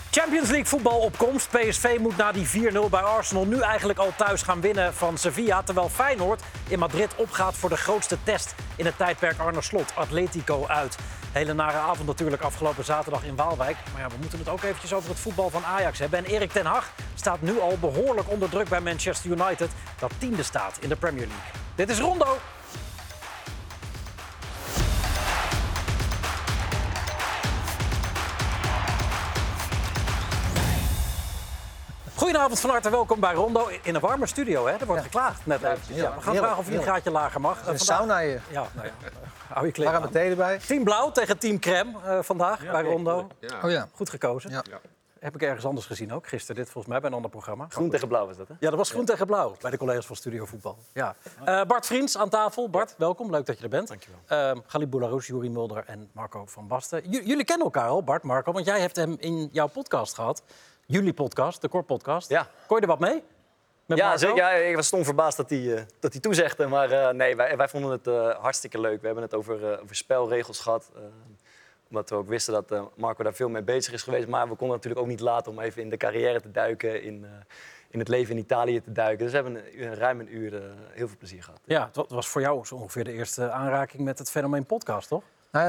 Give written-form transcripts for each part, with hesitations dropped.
Champions League voetbal op komst. PSV moet na die 4-0 bij Arsenal nu eigenlijk al thuis gaan winnen van Sevilla. Terwijl Feyenoord in Madrid opgaat voor de grootste test in het tijdperk Arne Slot. Atletico uit. Hele nare avond natuurlijk afgelopen zaterdag in Waalwijk. Maar ja, we moeten het ook eventjes over het voetbal van Ajax hebben. En Erik ten Hag staat nu al behoorlijk onder druk bij Manchester United. Dat 10e staat in de Premier League. Dit is Rondo. Goedenavond, van harte welkom bij Rondo. In een warme studio, hè? Er wordt geklaagd net eventjes. Ja, we gaan vragen of je een graadje lager mag. Een sauna hier. Ja, nou ja. Hou je kleren aan. Warme thee erbij. Team Blauw tegen Team Crème vandaag bij Rondo. Ja. Oh ja. Goed gekozen. Ja. Heb ik ergens anders gezien ook. Gisteren dit volgens mij bij een ander programma. Groen tegen blauw was dat, hè? Ja, dat was groen tegen blauw bij de collega's van Studio Voetbal. Ja. Bart Vriends aan tafel. Bart, welkom. Leuk dat je er bent. Dankjewel. Galib Boularoes, Juri Mulder en Marco van Basten. Jullie kennen elkaar al, Bart, Marco, want jij hebt hem in jouw podcast gehad. Jullie podcast, de Kort-podcast. Ja. Kon je er wat mee? Met Ja, Marco? zeker. Ja, ik was stom verbaasd dat hij toezegde. Maar nee, wij vonden het hartstikke leuk. We hebben het over spelregels gehad. Omdat we ook wisten dat Marco daar veel mee bezig is geweest. Maar we konden natuurlijk ook niet laten om even in de carrière te duiken. In het leven in Italië te duiken. Dus we hebben ruim een uur heel veel plezier gehad. Ja, het was voor jou zo ongeveer de eerste aanraking met het fenomeen podcast, toch? Nou,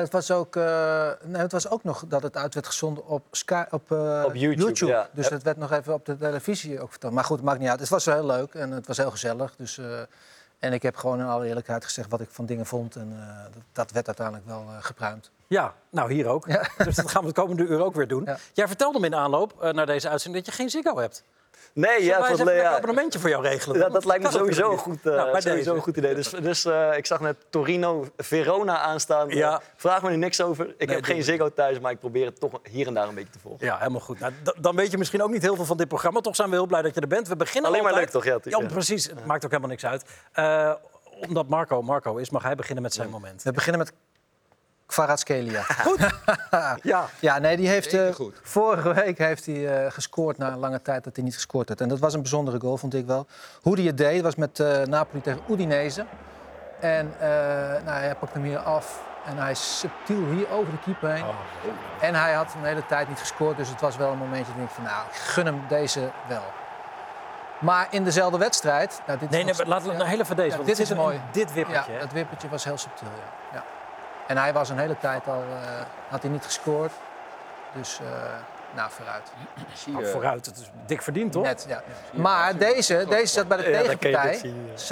het was ook nog dat het uit werd gezonden op YouTube. Ja. Dus het werd nog even op de televisie ook verteld. Maar goed, het maakt niet uit. Het was wel heel leuk en het was heel gezellig. Dus, en ik heb gewoon in alle eerlijkheid gezegd wat ik van dingen vond. En dat werd uiteindelijk wel gepruimd. Ja, nou hier ook. Ja. Dus dat gaan we het komende uur ook weer doen. Ja. Jij vertelde me in aanloop naar deze uitzending dat je geen Ziggo hebt. Nee, Zullen wij eens even een ja. abonnementje voor jou regelen? Ja, dat lijkt me Kan sowieso natuurlijk een goed idee. Dus ik zag net Torino-Verona aanstaan. Ja. Vraag me nu niks over. Ik heb geen doe Ziggo thuis, maar ik probeer het toch hier en daar een beetje te volgen. Ja, helemaal goed. Nou, dan weet je misschien ook niet heel veel van dit programma. Toch zijn we heel blij dat je er bent. We beginnen Alleen maar altijd... leuk, toch? Ja, Ja, precies. Het maakt ook helemaal niks uit. Omdat Marco is, mag hij beginnen met zijn moment. We beginnen met Kvaratskhelia. Goed. Ja. Ja, nee, die heeft vorige week heeft hij gescoord na een lange tijd dat hij niet gescoord had. En dat was een bijzondere goal, vond ik wel. Hoe hij het deed was met Napoli tegen Udinese. En hij pakt hem hier af. En hij is subtiel hier over de keeper heen. Oh. En hij had een hele tijd niet gescoord. Dus het was wel een momentje dat ik van, nou, ik gun hem deze wel. Maar in dezelfde wedstrijd... Nou, Laten we nog heel even deze. Ja, want dit het is zit mooi. in dit wippertje. Ja, hè? dat wippertje was heel subtiel, ja. En hij was een hele tijd al... had hij niet gescoord. Dus, vooruit. Nou, vooruit, het is dik verdiend, toch? Net, ja. Maar deze zat bij de Ja, dat kan je tegenpartij. dit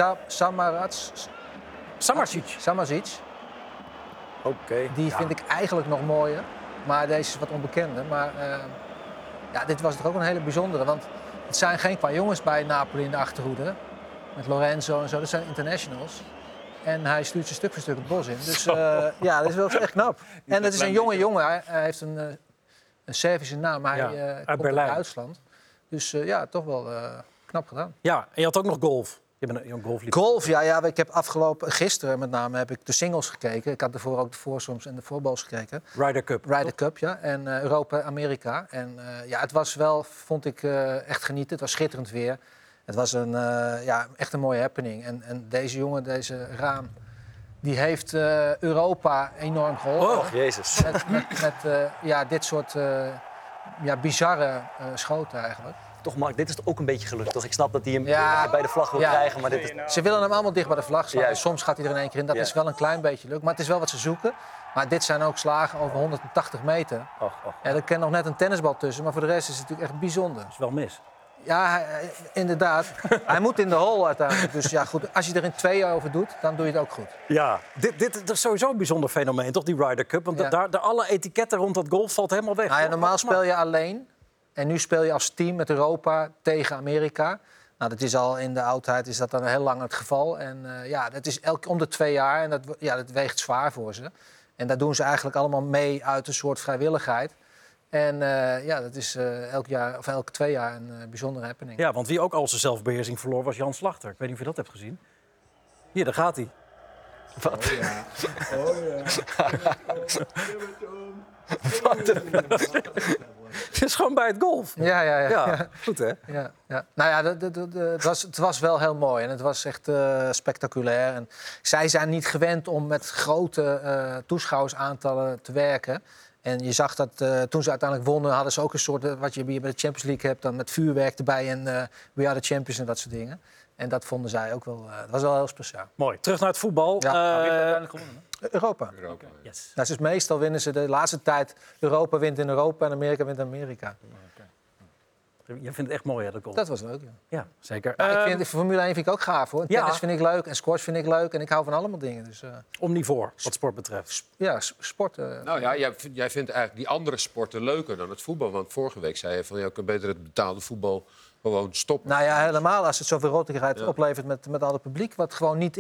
zien, Samardzic. Oké. Die vind ik eigenlijk nog mooier. Maar deze is wat onbekender. Maar dit was toch ook een hele bijzondere. Want het zijn geen qua jongens bij Napoli in de achterhoede. Met Lorenzo en zo. Dat zijn internationals. En hij stuurt ze stuk voor stuk het bos in. Dus dat is wel echt knap. En het is een jonge jongen. Hij heeft een Servische naam. Maar hij uit komt Berlijn. uit Duitsland. Dus toch wel knap gedaan. Ja, en je had ook nog golf. Je bent een golfliefhebber. Golf, ja, ik heb gisteren met name heb ik de singles gekeken. Ik had ervoor ook de foursomes en de fourballs gekeken. Ryder Cup. Ja. En Europa, Amerika. En het was wel, vond ik, echt genieten. Het was schitterend weer. Het was echt een mooie happening. En deze jongen, deze Raam, die heeft Europa enorm geholpen. Oh, jezus. Met dit soort bizarre schoten eigenlijk. Toch, Mark, dit is ook een beetje gelukt, toch? Ik snap dat hij hem Ja. bij de vlag wil Ja. krijgen, maar dit is... Ze willen hem allemaal dicht bij de vlag slaan. Juist. Soms gaat hij er in één keer in. Dat Juist. is wel een klein beetje lukt. Maar het is wel wat ze zoeken. Maar dit zijn ook slagen over 180 meter. Och. Ja, er kan nog net een tennisbal tussen. Maar voor de rest is het natuurlijk echt bijzonder. Dat is wel mis. Ja, inderdaad. Hij moet in de hole uiteindelijk. Dus ja, goed. Als je er in 2 over doet, dan doe je het ook goed. Ja, dit is sowieso een bijzonder fenomeen, toch, die Ryder Cup? Want Ja. daar alle etiketten rond dat golf valt helemaal weg. Nou ja, toch? normaal speel je alleen. En nu speel je als team met Europa tegen Amerika. Nou, dat is al in de oudheid is dat dan heel lang het geval. En dat is om de 2 jaar. En dat weegt zwaar voor ze. En daar doen ze eigenlijk allemaal mee uit een soort vrijwilligheid. En dat is elke 2 jaar een bijzondere happening. Ja, want wie ook al zijn zelfbeheersing verloor was Jan Slachter. Ik weet niet of je dat hebt gezien. Hier, daar gaat hij. Wat? Oh ja. Het is gewoon bij het golf. Ja. Ja, goed hè? Ja. Nou ja, het was wel heel mooi en het was echt spectaculair. En zij zijn niet gewend om met grote toeschouwersaantallen te werken. En je zag dat toen ze uiteindelijk wonnen, hadden ze ook een soort... wat je bij de Champions League hebt, dan met vuurwerk erbij en we are the champions en dat soort dingen. En dat vonden zij ook wel... dat was wel heel speciaal. Mooi. Terug naar het voetbal. Ja. Maar wie heeft uiteindelijk gewonnen? Europa. Yes. Nou, dus meestal winnen ze de laatste tijd... Europa wint in Europa en Amerika wint in Amerika. Je vindt het echt mooi, hè, de goal. Dat was leuk, ja. Ja, zeker. Maar ik vind, Formule 1 vind ik ook gaaf, hoor. Ja. Tennis vind ik leuk en squash vind ik leuk. En ik hou van allemaal dingen. Dus Omnivoor, wat sport betreft. ja, sport... Nou ja, jij vindt eigenlijk die andere sporten leuker dan het voetbal. Want vorige week zei je van, je kan beter het betaalde voetbal gewoon stoppen. Nou ja, helemaal als het zoveel rottigheid oplevert met al het publiek... wat gewoon niet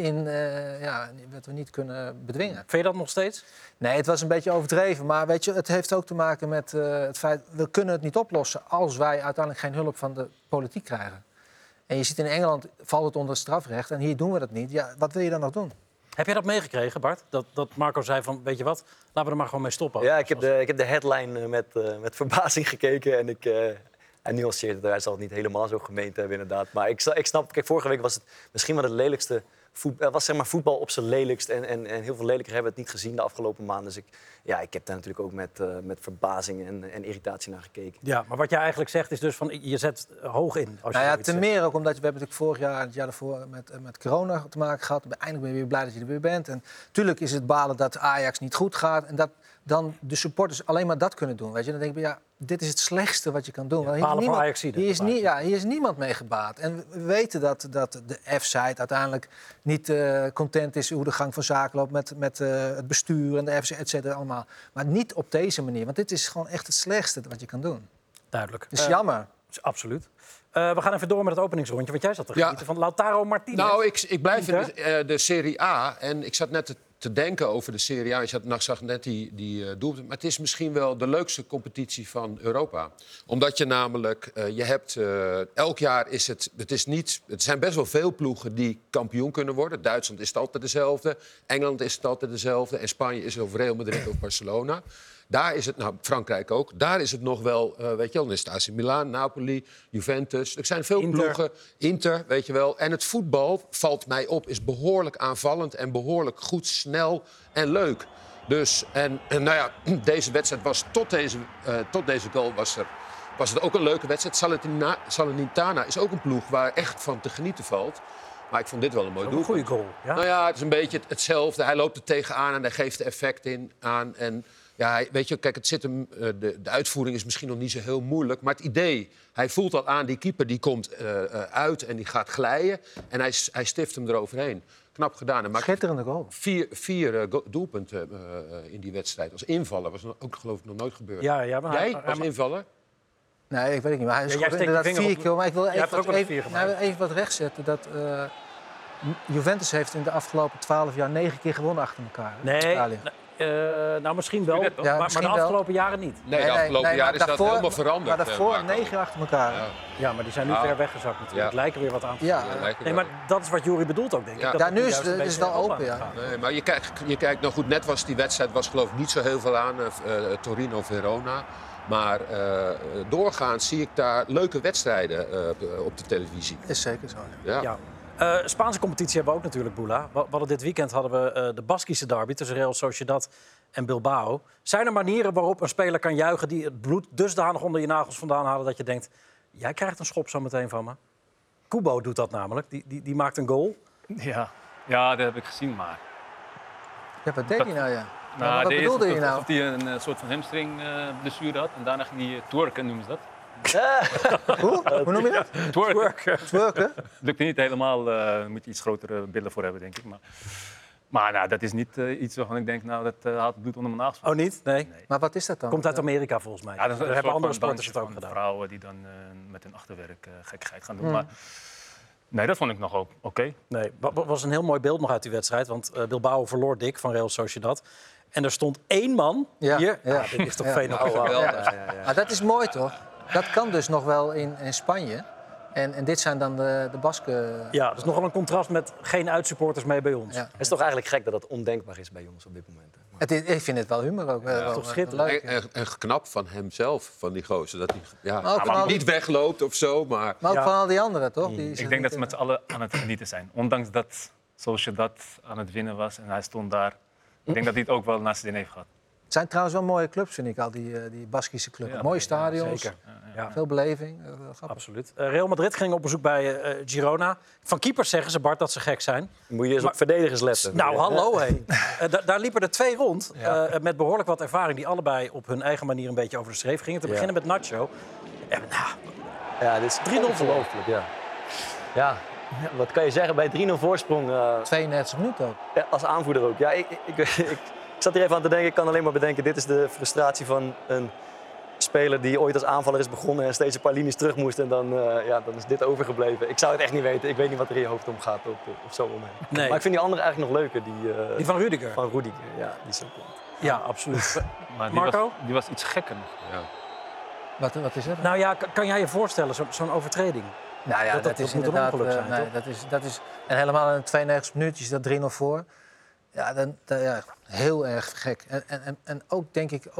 wat we niet kunnen bedwingen. Vind je dat nog steeds? Nee, het was een beetje overdreven. Maar weet je, het heeft ook te maken met het feit... we kunnen het niet oplossen als wij uiteindelijk geen hulp van de politiek krijgen. En je ziet in Engeland valt het onder het strafrecht en hier doen we dat niet. Ja, wat wil je dan nog doen? Heb je dat meegekregen, Bart? Dat Marco zei van, weet je wat, laten we er maar gewoon mee stoppen. Ja, ik heb de headline met verbazing gekeken en hij nuanceert het. Hij zal het niet helemaal zo gemeend hebben, inderdaad. Maar ik snap, kijk, vorige week was het misschien wel het lelijkste... was zeg maar voetbal op zijn lelijkst. En heel veel lelijker hebben het niet gezien de afgelopen maanden. Dus ik heb daar natuurlijk ook met verbazing en irritatie naar gekeken. Ja, maar wat jij eigenlijk zegt is dus van, je zet hoog in. Als je Nou ja, zoiets ten zegt. meer ook omdat we hebben natuurlijk vorig jaar en het jaar daarvoor met corona te maken gehad. Eindelijk ben je weer blij dat je er weer bent. En natuurlijk is het balen dat Ajax niet goed gaat. En dat dan de supporters alleen maar dat kunnen doen. Weet je? Dan denk ik, ja, dit is het slechtste wat je kan doen. Want balen voor Ajaxiden. hier is niemand mee gebaat. En we weten dat de F-site uiteindelijk niet content is hoe de gang van zaken loopt met het bestuur en de FC, et cetera, allemaal. Maar niet op deze manier, want dit is gewoon echt het slechtste wat je kan doen. Duidelijk. Het is jammer. Absoluut. We gaan even door met het openingsrondje, want jij zat te genieten van Lautaro Martinez. Nou, ik blijf in de Serie A. En ik zat net te denken over de Serie A. Je zag net die doelpunt. Maar het is misschien wel de leukste competitie van Europa. Omdat je namelijk... je hebt elk jaar is het is niet... Het zijn best wel veel ploegen die kampioen kunnen worden. Duitsland is het altijd dezelfde. Engeland is het altijd dezelfde. En Spanje is of Real Madrid of Barcelona. Daar is het, nou, Frankrijk ook. Daar is het nog wel, weet je wel, dan is het AC Milan, Napoli, Juventus. Er zijn veel ploegen. Inter, weet je wel. En het voetbal, valt mij op, is behoorlijk aanvallend en behoorlijk goed, snel en leuk. Dus, en nou ja, deze wedstrijd was tot deze goal was het ook een leuke wedstrijd. Salernitana is ook een ploeg waar echt van te genieten valt. Maar ik vond dit wel een mooi Een doelpunt. goede goal. Ja? Nou ja, het is een beetje hetzelfde. Hij loopt er tegenaan en hij geeft er effect aan. En ja, weet je, kijk, het zit hem, de uitvoering is misschien nog niet zo heel moeilijk. Maar het idee, hij voelt al aan, die keeper die komt uit en die gaat glijden. En hij stift hem eroverheen. Knap gedaan. Hij maakt Schitterende goal. vier doelpunten in die wedstrijd. Als invaller was ook geloof ik nog nooit gebeurd. Ja, maar Jij als invaller? Nee, ik weet het niet. Maar hij jij schoot steekt je inderdaad vinger 4 op- keer. Maar ik wil Jij hebt er ook wel eens 4 gemaakt. even wat rechtzetten. Dat, Juventus heeft in de afgelopen 12 jaar 9 keer gewonnen achter elkaar. in Nee, Italië. nou misschien wel, Ja, maar misschien de wel. afgelopen jaren niet. Nee, de afgelopen maar jaar is dat daarvoor- helemaal veranderd. Maar daarvoor Marco. 9 achter elkaar. Ja. Ja, maar die zijn nu Ja. ver weggezakt natuurlijk. Ja. Lijken weer wat aan te Ja. vallen. Lijkt het Nee, wel. maar dat is wat Joeri bedoelt ook, denk ik. Ja. Dat Ja, het nu is juist een het beetje wel op open, aan ja. gaat. Nee, maar je kijkt nou goed, net was die wedstrijd was geloof ik niet zo heel veel aan, Torino-Verona. Maar doorgaans zie ik daar leuke wedstrijden op de televisie. Is zeker zo. Ja. Ja. Spaanse competitie hebben we ook natuurlijk, Boela. Dit weekend hadden we de Baskische derby tussen Real Sociedad en Bilbao. Zijn er manieren waarop een speler kan juichen die het bloed dusdanig onder je nagels vandaan halen dat je denkt, jij krijgt een schop zo meteen van me? Kubo doet dat namelijk. Die maakt een goal. Ja, dat heb ik gezien, maar... Ja, wat deed hij nou, ja? Nou, wat de bedoelde eerste hij nou? Of hij een soort van hamstring blessure had. En daarna ging hij twerken, noemen ze dat. Hoe noem je dat? Twerken. Twerken? Lukte niet helemaal. Daar moet je iets grotere billen voor hebben, denk ik. Maar nou, dat is niet iets waarvan ik denk, nou, dat haalt het bloed onder mijn nagels. Oh, niet? Nee. Maar wat is dat dan? Komt uit Amerika volgens mij. Ja, dat is een Daar hebben soort andere van sporters het dansje ook van gedaan. vrouwen die dan met hun achterwerk gekkigheid gaan doen. Maar nee, dat vond ik nog ook oké. Nee, was een heel mooi beeld nog uit die wedstrijd. Want Bilbao verloor dik van Real Sociedad. En er stond 1 man hier. Ja. Dit is toch Ja. fenomenaal. Ja. Maar dat is mooi, toch? Dat kan dus nog wel in Spanje. En dit zijn dan de Basken. Ja, dat is nogal een contrast met geen uitsupporters mee bij ons. Ja. Het is toch eigenlijk gek dat dat ondenkbaar is bij jongens op dit moment. hè. Maar Ik vind het wel humor ook. Wel toch schitterend. leuk. ja. En knap van hemzelf, van die gozer. Dat hij Maar ook van al die- niet wegloopt of zo, maar... Maar ook Ja. van al die anderen, toch? Die Ik denk dat ze met z'n allen aan het genieten zijn. Ondanks dat Sociedad aan het winnen was en hij stond daar. Ik denk dat hij het ook wel naar zijn zin heeft gehad. Het zijn trouwens wel mooie clubs, vind ik, al die Baskische clubs. Ja, mooie stadions, Zeker. Ja. veel beleving. Grappig. Absoluut. Real Madrid ging op bezoek bij Girona. Van keepers zeggen ze, Bart, dat ze gek zijn. Moet je eens op verdedigers letten. Nou, hallo hé. Daar liepen er 2 rond met behoorlijk wat ervaring... die allebei op hun eigen manier een beetje over de schreef gingen. Te beginnen met Nacho. En, Ja, dit is 3-0 ongelooflijk, ja. Ja, wat kan je zeggen bij 3-0 voorsprong? 32 minuten ook. Ja, als aanvoerder ook. Ja, ik zat hier even aan te denken. Ik kan alleen maar bedenken, dit is de frustratie van een speler die ooit als aanvaller is begonnen en steeds een paar linies terug moest. En dan is dit overgebleven. Ik zou het echt niet weten. Ik weet niet wat er in je hoofd omgaat op zo'n moment. Nee. Maar ik vind die andere eigenlijk nog leuker. die van Rudiger. Van Rudiger, ja. Die is ook cool. Ja, absoluut. Maar Marco? die was iets gekker nog. Ja. Wat is het? Nou ja, kan jij je voorstellen, zo'n overtreding? Nou ja, dat is moet een inderdaad... ongeluk zijn, dat is, en helemaal in de 92 minuutjes, dat 3-0 voor. Ja, ja, heel erg gek. En ook, denk ik,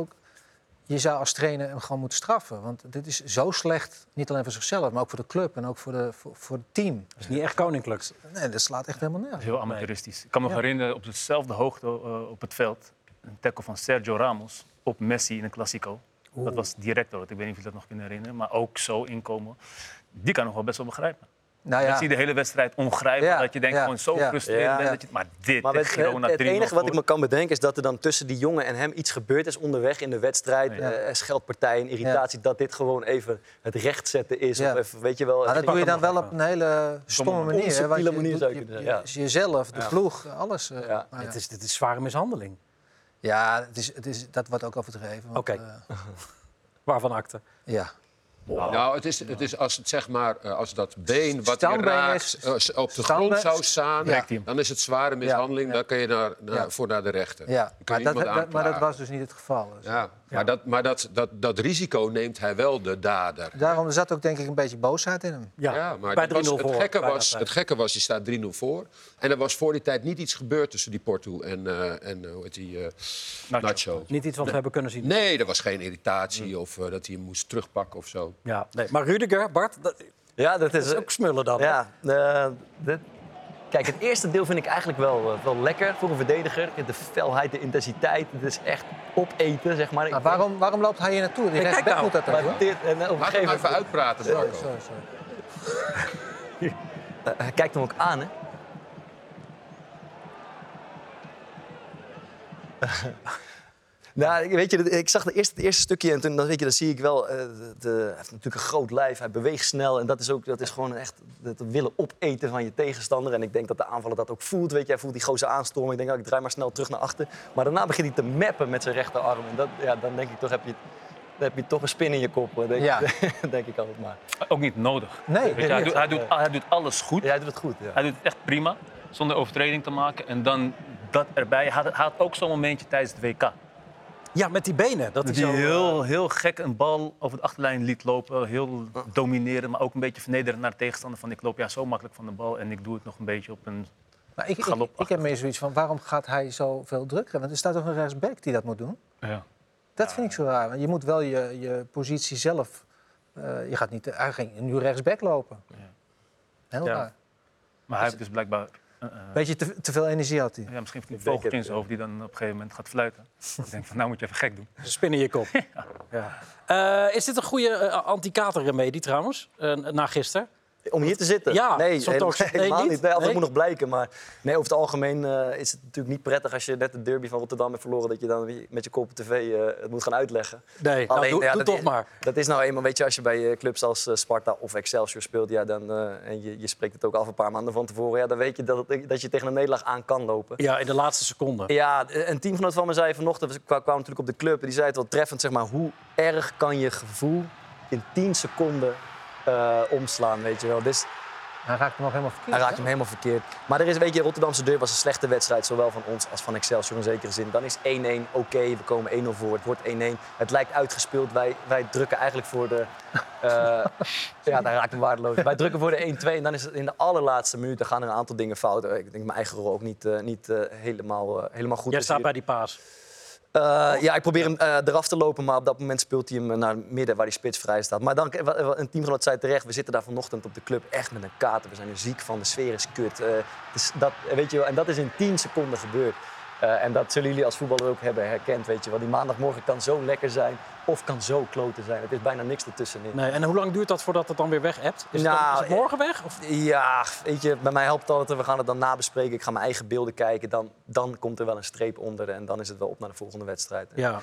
je zou als trainer hem gewoon moeten straffen. Want dit is zo slecht, niet alleen voor zichzelf, maar ook voor de club en ook voor het team. Dat is niet echt koninklijks. Nee, dat slaat echt helemaal nergens. Heel amateuristisch. Ik kan me herinneren, op dezelfde hoogte op het veld... een tackle van Sergio Ramos op Messi in een Classico. Dat was direct door. Ik weet niet of je dat nog kunnen herinneren. Maar ook zo inkomen. Die kan nog wel best wel begrijpen. Nou Dan zie je de hele wedstrijd ongrijpbaar. Ja, Dat je denkt, ja, gewoon zo ja. frustrerend Ja. bent. Dat je, maar dit, Maar Girona 3-0 het enige wat ik voor. me kan bedenken is dat er dan tussen die jongen en hem iets gebeurd is onderweg in de wedstrijd. Ja. Scheldpartijen, irritatie, dat dit gewoon even het rechtzetten is. Ja. Of even, weet je wel, Maar dat doe je dan wel op een hele stomme Stomme manier. hè, want Onsubtiele manier zou je doet- kunnen zeggen, ja. Jezelf, de ploeg, alles. Ja. nou ja. Dit is zware mishandeling. Ja, dat wordt ook overdreven. want, Oké. Waarvan akte? ja. Nou, het is als het zeg maar als dat been wat je Standbeen raakt is- op de standbeen- grond zou staan, Ja. dan is het zware mishandeling. Ja. Dan kun je naar Ja. de rechter. Ja, Dan kun je maar iemand dat aanklagen. was dus niet het geval. Dus. Ja. Maar dat risico neemt hij wel, de dader. Daarom er zat ook denk ik een beetje boosheid in hem. Ja. Maar bij dat 3-0 was, voor. het gekke was, je staat 3-0 voor. En er was voor die tijd niet iets gebeurd tussen die Porto en hoe heet die, Nacho. Niet iets wat we hebben kunnen zien. Nee, er was geen irritatie of dat hij hem moest terugpakken of zo. Ja, nee. Maar Rudiger, Bart, dat Ja, dat is ook smullen dan. hè? Ja, kijk, het eerste deel vind ik eigenlijk wel lekker voor een verdediger. De felheid, de intensiteit, het is echt opeten, zeg maar. Maar waarom loopt hij hier naartoe? Die kijk rechtsback nou, moet dat Maar ook, hoor. dit- en op een Laat hem gegeven even uitpraten, Marco. Sorry. hij kijkt hem ook aan, hè. Nou, weet je, ik zag het eerste stukje en toen dan zie ik wel... hij heeft natuurlijk een groot lijf, hij beweegt snel. En dat is gewoon echt het willen opeten van je tegenstander. En ik denk dat de aanvaller dat ook voelt. Weet je, hij voelt die gozer aanstormen. Ik denk, ik draai maar snel terug naar achter. Maar daarna begint hij te mappen met zijn rechterarm. En dan denk ik toch, dan heb je toch een spin in je kop. Denk, Ja. denk ik altijd maar. Ook niet nodig. Nee, Weet je, hij doet alles goed. Ja, hij doet het goed. Ja. Hij doet het echt prima. Zonder overtreding te maken. En dan dat erbij. Hij had ook zo'n momentje tijdens het WK. Ja, met die benen. Dat Dat hij hij zo, heel gek een bal over de achterlijn liet lopen. Heel dominerend, maar ook een beetje vernederend naar de tegenstander. Van ik loop zo makkelijk van de bal en ik doe het nog een beetje op een... Maar ik galopachtig. heb meer zoiets van, waarom gaat hij zoveel druk hebben? Want er staat toch een rechtsback die dat moet doen? Ja. Dat vind ik zo raar. Want je moet wel je positie zelf... hij ging nu rechtsback lopen. Ja. Heel Ja. raar. Maar hij heeft dus blijkbaar... Beetje te veel energie had hij. ja, misschien heeft hij een vogeltje in zijn hoofd die dan op een gegeven moment gaat fluiten. Ik denk van, nou moet je even gek doen. spin in je kop. Ja. Is dit een goede anti-katerremedie trouwens, na gisteren? Om hier te zitten? Ja, nee, zo'n talkshow. helemaal Nee, niet? niet. Nee, dat Nee? moet nog blijken. Maar nee, over het algemeen is het natuurlijk niet prettig als je net de derby van Rotterdam hebt verloren, dat je dan met je kop op tv het moet gaan uitleggen. Nee, nou, doe dat toch is, maar. Dat is nou eenmaal, weet je, als je bij clubs als Sparta of Excelsior speelt, ja, dan, en je spreekt het ook al een paar maanden van tevoren, ja, dan weet je dat je tegen een nederlaag aan kan lopen. Ja, in de laatste seconde. Ja, een teamgenoot van me zei vanochtend, we kwamen natuurlijk op de club, en die zei het wel treffend, zeg maar, hoe erg kan je gevoel in 10 seconden omslaan, weet je wel. Dus Hij raakt hem ook helemaal verkeerd. hij raakt hè? hem helemaal verkeerd. Maar er is, weet je, Rotterdamse derby was een slechte wedstrijd, zowel van ons als van Excelsior in zekere zin. Dan is 1-1 oké, we komen 1-0 voor, het wordt 1-1. Het lijkt uitgespeeld, wij drukken eigenlijk voor de... ja, daar raakt hem waardeloos. Wij drukken voor de 1-2 en dan is het in de allerlaatste minuten gaan er een aantal dingen fout. Ik denk mijn eigen rol ook niet helemaal goed. Jij is staat hier. bij die paas. Ja, ik probeer hem eraf te lopen, maar op dat moment speelt hij hem naar het midden waar die spits vrij staat. Maar dan, een teamgenoot zei terecht, we zitten daar vanochtend op de club echt met een kater. We zijn er ziek van, de sfeer is kut. Dus dat, weet je wel, en dat is in 10 seconden gebeurd. En dat zullen jullie als voetballer ook hebben herkend, weet je wel. Die maandagmorgen kan zo lekker zijn of kan zo kloten zijn. Het is bijna niks ertussenin. Nee, en hoe lang duurt dat voordat het dan weer weg hebt? Is Nou, het morgen weg? Of? Ja, weet je, bij mij helpt het altijd. We gaan het dan nabespreken. Ik ga mijn eigen beelden kijken. Dan komt er wel een streep onder en dan is het wel op naar de volgende wedstrijd. Ja.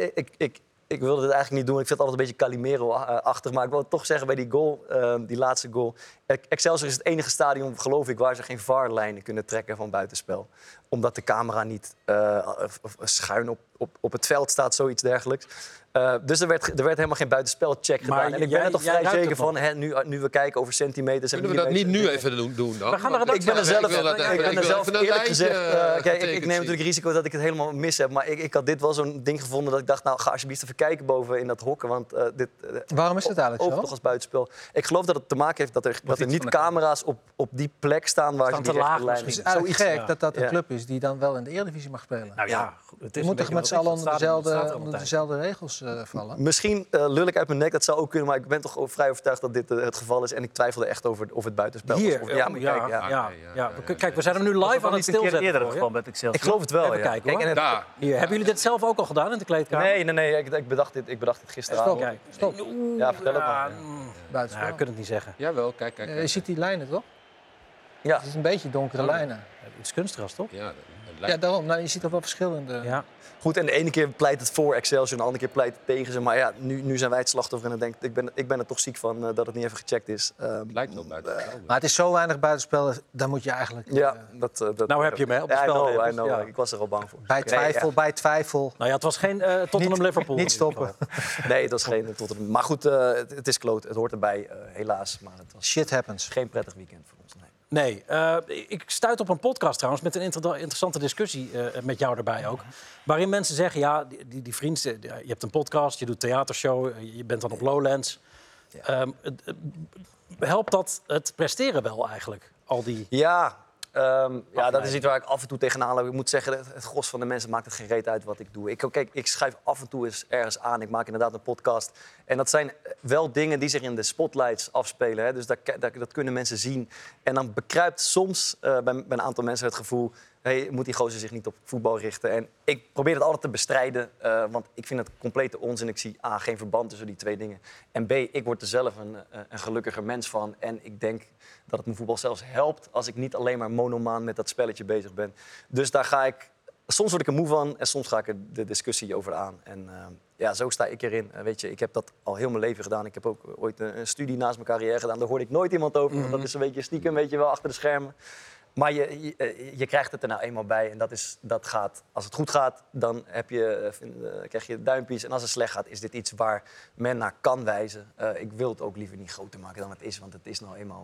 Ik wilde het eigenlijk niet doen. Ik vind het altijd een beetje Calimero-achtig. Maar ik wil toch zeggen bij die goal, die laatste goal. Excelsior is het enige stadion, geloof ik, waar ze geen VAR-lijnen kunnen trekken van buitenspel. Omdat de camera niet schuin op het veld staat, zoiets dergelijks. Dus er werd helemaal geen buitenspelcheck gedaan. En ik ben er toch vrij zeker van, nu we kijken over centimeters... Kunnen we dat niet nu even doen dan? We gaan er Ik ben er zelf even een eerlijk lijntje gezegd... Kijk, ik neem getekend natuurlijk risico dat ik het helemaal mis heb. Maar ik had dit wel zo'n ding gevonden dat ik dacht... nou, ga alsjeblieft even kijken boven in dat hokken. Want Waarom is het eigenlijk zo? toch als buitenspel. Ik geloof dat het te maken heeft dat er niet camera's op die plek staan... waar ze te die rechte laag lijn... Het is misschien. eigenlijk Zoiets, gek dat een Ja. club is die dan wel in de Eredivisie mag spelen. Nou ja, het Je is moet toch met z'n allen onder dezelfde. dezelfde regels vallen? Misschien lul ik uit mijn nek, dat zou ook kunnen. Maar ik ben toch vrij overtuigd dat dit het geval is. En ik twijfelde echt of het buitenspel Hier, was. Ja, maar kijk, ja. Kijk, we zijn hem nu live aan het stilzetten. eerder het voor je. geval met Excelsior. Ik geloof het wel, Even ja. kijken, hoor. en het- Daar. Hier, hebben jullie dit zelf ook al gedaan in de kleedkamer? Nee, ik bedacht dit gisteravond. Kijk. Stop. Ja, vertel het maar. Buitenspel. Ja, ik kan het niet zeggen. Jawel, kijk. Je ziet die lijnen toch? Ja. Het is een beetje donkere lijnen. Het is kunstgras, toch? Ja, Ja, daarom. Nou, je ziet er wel verschillende. Ja. Goed, en de ene keer pleit het voor Excelsior en de andere keer pleit het tegen ze. Maar ja, nu zijn wij het slachtoffer en dan denk ik ben er toch ziek van dat het niet even gecheckt is. lijkt wel buiten. Maar het is zo weinig buitenspel, daar moet je eigenlijk... Ja, dat Nou heb je hem, hè, op de Ja, I spelregels. know. Ja. Ik was er al bang voor. bij twijfel. Nou ja, het was geen Tottenham-Liverpool. Niet stoppen. Nee, het was geen Tottenham. Maar goed, het is kloot. Het hoort erbij, helaas. Maar het was Shit happens. geen prettig weekend voor ons. Nee. Nee, ik stuit op een podcast trouwens met een interessante discussie met jou erbij ook. Waarin mensen zeggen, ja, die vriend, je hebt een podcast, je doet een theatershow, je bent dan op Lowlands. Helpt dat het presteren wel eigenlijk? Al die... Ja, dat is iets waar ik af en toe tegenaan loop. Ik moet zeggen, het gros van de mensen maakt het geen reet uit wat ik doe. Ik schrijf af en toe eens ergens aan. Ik maak inderdaad een podcast. En dat zijn wel dingen die zich in de spotlights afspelen. Hè. Dus dat kunnen mensen zien. En dan bekruipt soms bij een aantal mensen het gevoel... Hey, moet die gozer zich niet op voetbal richten? En ik probeer het altijd te bestrijden. Want ik vind het complete onzin. Ik zie A, geen verband tussen die twee dingen. En B, ik word er zelf een gelukkiger mens van. En ik denk dat het mijn voetbal zelfs helpt... als ik niet alleen maar monomaan met dat spelletje bezig ben. Dus daar ga ik... Soms word ik er moe van en soms ga ik er de discussie over aan. En zo sta ik erin. Weet je, ik heb dat al heel mijn leven gedaan. Ik heb ook ooit een studie naast mijn carrière gedaan. Daar hoorde ik nooit iemand over. Want dat is een beetje stiekem, weet je wel, achter de schermen. Maar je krijgt het er nou eenmaal bij. En dat gaat, als het goed gaat, dan krijg je duimpjes. En als het slecht gaat, is dit iets waar men naar kan wijzen. Ik wil het ook liever niet groter maken dan het is. Want het is nou eenmaal...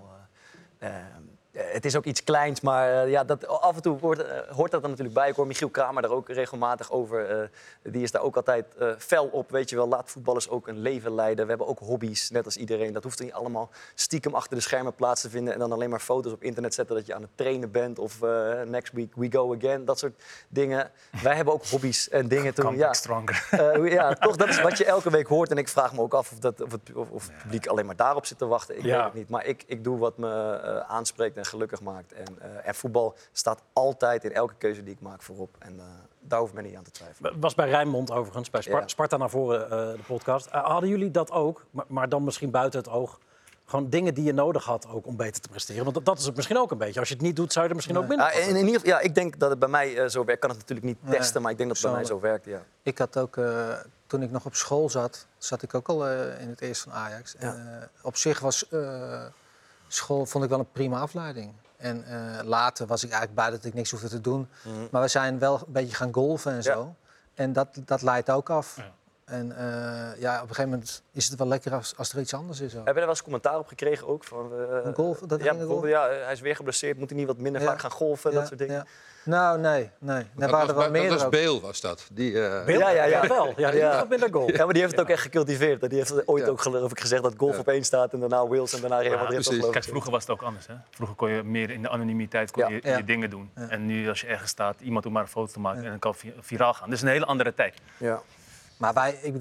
het is ook iets kleins, maar af en toe hoort dat er natuurlijk bij. Ik hoor Michiel Kramer daar ook regelmatig over. Die is daar ook altijd fel op. Weet je wel, laat voetballers ook een leven leiden. We hebben ook hobby's, net als iedereen. Dat hoeft niet allemaal stiekem achter de schermen plaats te vinden... en dan alleen maar foto's op internet zetten dat je aan het trainen bent... of next week we go again, dat soort dingen. Wij hebben ook hobby's en dingen toen. Comeback stronger. Toch, dat is wat je elke week hoort. En ik vraag me ook af of het publiek alleen maar daarop zit te wachten. Ik weet het niet, maar ik doe wat me aanspreekt... en gelukkig maakt. En voetbal staat altijd in elke keuze die ik maak voorop. En daar hoeft men niet aan te twijfelen. Het was bij Rijnmond overigens, bij Sparta naar voren de podcast. Hadden jullie dat ook, maar dan misschien buiten het oog... gewoon dingen die je nodig had ook om beter te presteren? Want dat is het misschien ook een beetje. Als je het niet doet, zou je er misschien ook minder... In ieder geval, ik denk dat het bij mij zo werkt. Ik kan het natuurlijk niet testen, maar ik denk dat het bij mij zo werkt. Ja. Ik had ook, toen ik nog op school zat ik ook al in het eerste van Ajax. Ja. En, op zich was school vond ik wel een prima afleiding. En later was ik eigenlijk blij dat ik niks hoefde te doen. Mhm. Maar we zijn wel een beetje gaan golfen en zo. En dat leidt ook af. Ja. En op een gegeven moment is het wel lekker als er iets anders is. Heb je er wel eens commentaar op gekregen ook? Van, golfen, dat ja, ging bijvoorbeeld, hij is weer geblesseerd. Moet hij niet wat minder vaak gaan golfen? Dat soort dingen. Ja. Nou, nee. Daar waren er wel meer. Dat was Beel, was dat. Die, Beeld? Ja. Wel. Ja, die gaat minder goal. Ja, maar die heeft het ook echt gecultiveerd. Die heeft ooit ook geloof ik gezegd dat golf op één staat... en daarna Wales en daarna Real Madrid. precies. Kijk, vroeger was het ook anders. Hè? Vroeger kon je meer in de anonimiteit je dingen doen. Ja. En nu als je ergens staat, iemand hoeft maar een foto te maken... en dan kan viraal gaan. Dat is een hele andere tijd. Ja. Maar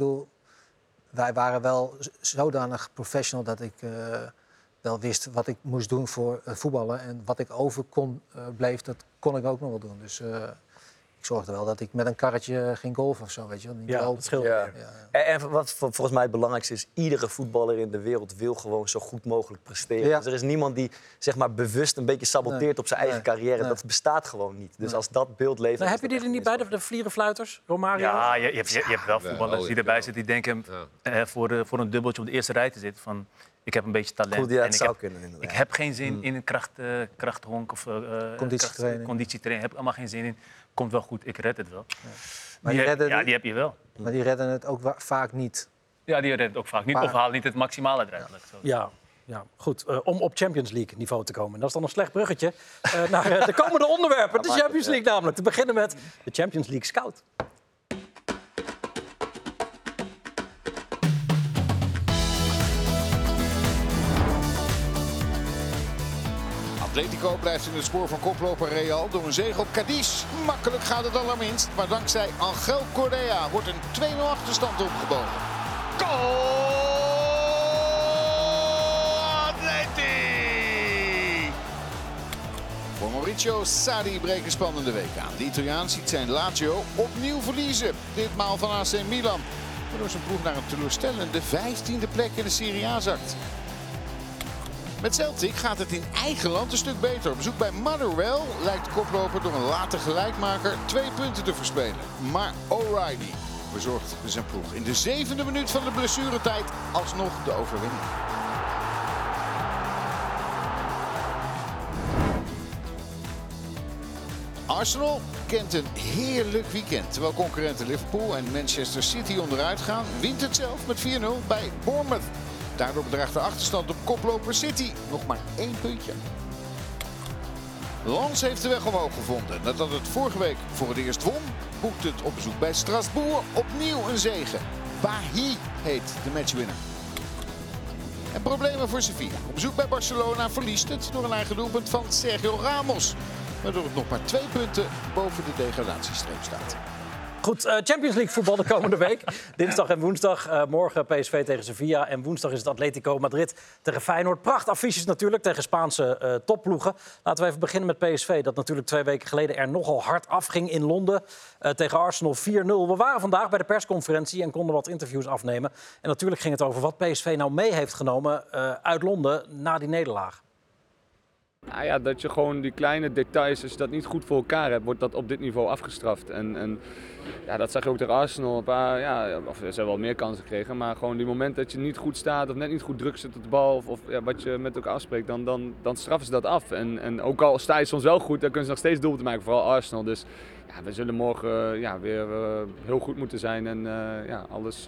wij waren wel zodanig professional dat ik wel wist wat ik moest doen voor voetballen. En wat ik over bleef, dat kon ik ook nog wel doen. Dus ik zorgde wel dat ik met een karretje ging golfen of zo, weet je wel. Niet Ja, lopen. dat scheelt. Ja. Ja. En wat volgens mij het belangrijkste is, iedere voetballer in de wereld wil gewoon zo goed mogelijk presteren. Ja. Dus er is niemand die zeg maar bewust een beetje saboteert op zijn eigen carrière. Nee. Dat bestaat gewoon niet. Dus als dat beeld leeft... Nou, dan heb is je die dat er niet echt bij, de vlierenfluiters, Romario? Ja, je hebt wel voetballers wel, die erbij ja. zitten die denken voor een dubbeltje op de eerste rij te zitten van ik heb een beetje talent. Goed, ja, en het ik zou heb, kunnen, inderdaad. ik heb geen zin in een krachthonk of Conditietraining. conditietraining. Heb ik allemaal geen zin in. Komt wel goed, ik red het wel. Maar Die, die redden- ja, die heb je wel. Maar die redden het ook vaak niet. Ja, die redt het ook vaak niet. Maar- Of halen niet het maximale eruit. laat ik zo zeggen. Ja, goed. Om op Champions League niveau te komen. Dat is dan een slecht bruggetje naar de komende onderwerpen. De Champions League namelijk. Te beginnen met de Champions League Scout. Atletico blijft in het spoor van koploper Real door een zege op Cadiz. Makkelijk gaat het allerminst, maar dankzij Angel Correa wordt een 2-0 achterstand opgebogen. Goal! Atleti! Voor Mauricio Sarri breekt een spannende week aan. De Italiaan ziet zijn Lazio opnieuw verliezen. Ditmaal van AC Milan, waardoor zijn ploeg naar een teleurstellende 15e plek in de Serie A zakt. Met Celtic gaat het in eigen land een stuk beter. Op bezoek bij Motherwell lijkt de koploper door een late gelijkmaker 2 punten te verspelen. Maar O'Reilly bezorgt zijn ploeg in de 7e minuut van de blessuretijd alsnog de overwinning. Arsenal kent een heerlijk weekend. Terwijl concurrenten Liverpool en Manchester City onderuit gaan, wint het zelf met 4-0 bij Bournemouth. Daardoor bedraagt de achterstand op koploper City nog maar 1 puntje. Lens heeft de weg omhoog gevonden. Nadat het vorige week voor het eerst won, boekt het op bezoek bij Strasbourg opnieuw een zege. Bahi heet de matchwinner. En problemen voor Sevilla. Op bezoek bij Barcelona verliest het door een eigen doelpunt van Sergio Ramos. Waardoor het nog maar 2 punten boven de degradatiestreep staat. Goed, Champions League voetbal de komende week. Dinsdag en woensdag. Morgen PSV tegen Sevilla. En woensdag is het Atletico Madrid tegen Feyenoord. Prachtaffiches natuurlijk tegen Spaanse topploegen. Laten we even beginnen met PSV. Dat natuurlijk 2 weken geleden er nogal hard afging in Londen. Tegen Arsenal 4-0. We waren vandaag bij de persconferentie en konden wat interviews afnemen. En natuurlijk ging het over wat PSV nou mee heeft genomen uit Londen na die nederlaag. Nou ja, dat je gewoon die kleine details, als je dat niet goed voor elkaar hebt, wordt dat op dit niveau afgestraft. En ja, dat zag je ook tegen Arsenal. Of ze hebben wel meer kansen gekregen, maar gewoon die moment dat je niet goed staat of net niet goed druk zit op de bal of wat je met elkaar afspreekt, dan straffen ze dat af. En ook al sta je soms wel goed, dan kunnen ze nog steeds doelpunten maken, vooral Arsenal. Dus ja, we zullen morgen weer heel goed moeten zijn en alles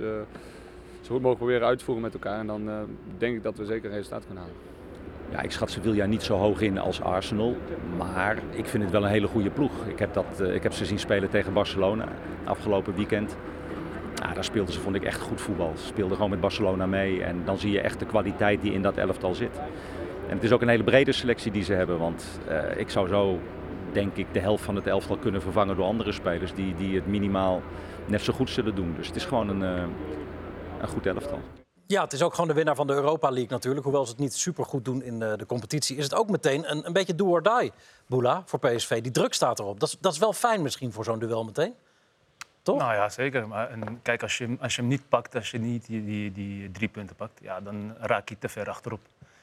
zo goed mogelijk proberen uit te voeren met elkaar. En dan denk ik dat we zeker een resultaat kunnen halen. Ja, ik schat Sevilla niet zo hoog in als Arsenal, maar ik vind het wel een hele goede ploeg. Ik heb ze zien spelen tegen Barcelona afgelopen weekend. Ja, daar speelden ze, vond ik, echt goed voetbal. Ze speelden gewoon met Barcelona mee en dan zie je echt de kwaliteit die in dat elftal zit. En het is ook een hele brede selectie die ze hebben, want ik zou zo, denk ik, de helft van het elftal kunnen vervangen door andere spelers die het minimaal net zo goed zullen doen. Dus het is gewoon een goed elftal. Ja, het is ook gewoon de winnaar van de Europa League natuurlijk. Hoewel ze het niet supergoed doen in de competitie... is het ook meteen een beetje do or die, Boula, voor PSV. Die druk staat erop. Dat is wel fijn misschien voor zo'n duel meteen. Toch? Nou ja, zeker. Maar kijk, als je hem niet pakt, als je niet die 3 punten pakt, ja, dan raak je te ver achterop.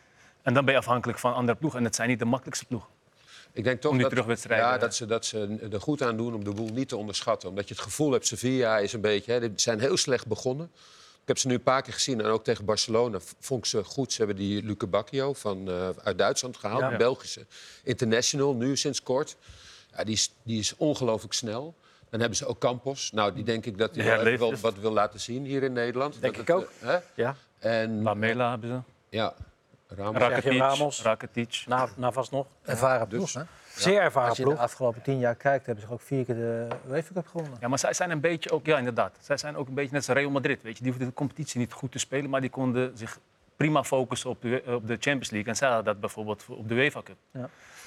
En dan ben je afhankelijk van andere ploegen. En het zijn niet de makkelijkste ploegen. Ik denk toch Om die dat, terugwedstrijden. dat ze er goed aan doen om de boel niet te onderschatten. Omdat je het gevoel hebt, Sevilla is een beetje... die zijn heel slecht begonnen. Ik heb ze nu een paar keer gezien en ook tegen Barcelona vond ik ze goed. Ze hebben die Luke Bacchio uit Duitsland gehaald, Ja. een Belgische international, nu sinds kort. Ja, die is ongelooflijk snel. Dan hebben ze ook Campos. Nou, die denk ik dat hij wel even wat wil laten zien hier in Nederland. Denk dat ik ook. Hè? Ja. En, Lamela hebben ze. Ja, Ramos. Sergio Ramos. Rakitic. Navas nog. Ervaren ploeg, hè? Zeer ervaren Als je de ploeg. afgelopen 10 jaar kijkt, hebben ze ook 4 keer de UEFA Cup gewonnen. Ja, maar zij zijn een beetje ook, ja inderdaad. Zij zijn ook een beetje net als Real Madrid. Weet je. Die hoefden de competitie niet goed te spelen, maar die konden zich prima focussen op de Champions League. En zij hadden dat bijvoorbeeld op de UEFA Cup. Ja.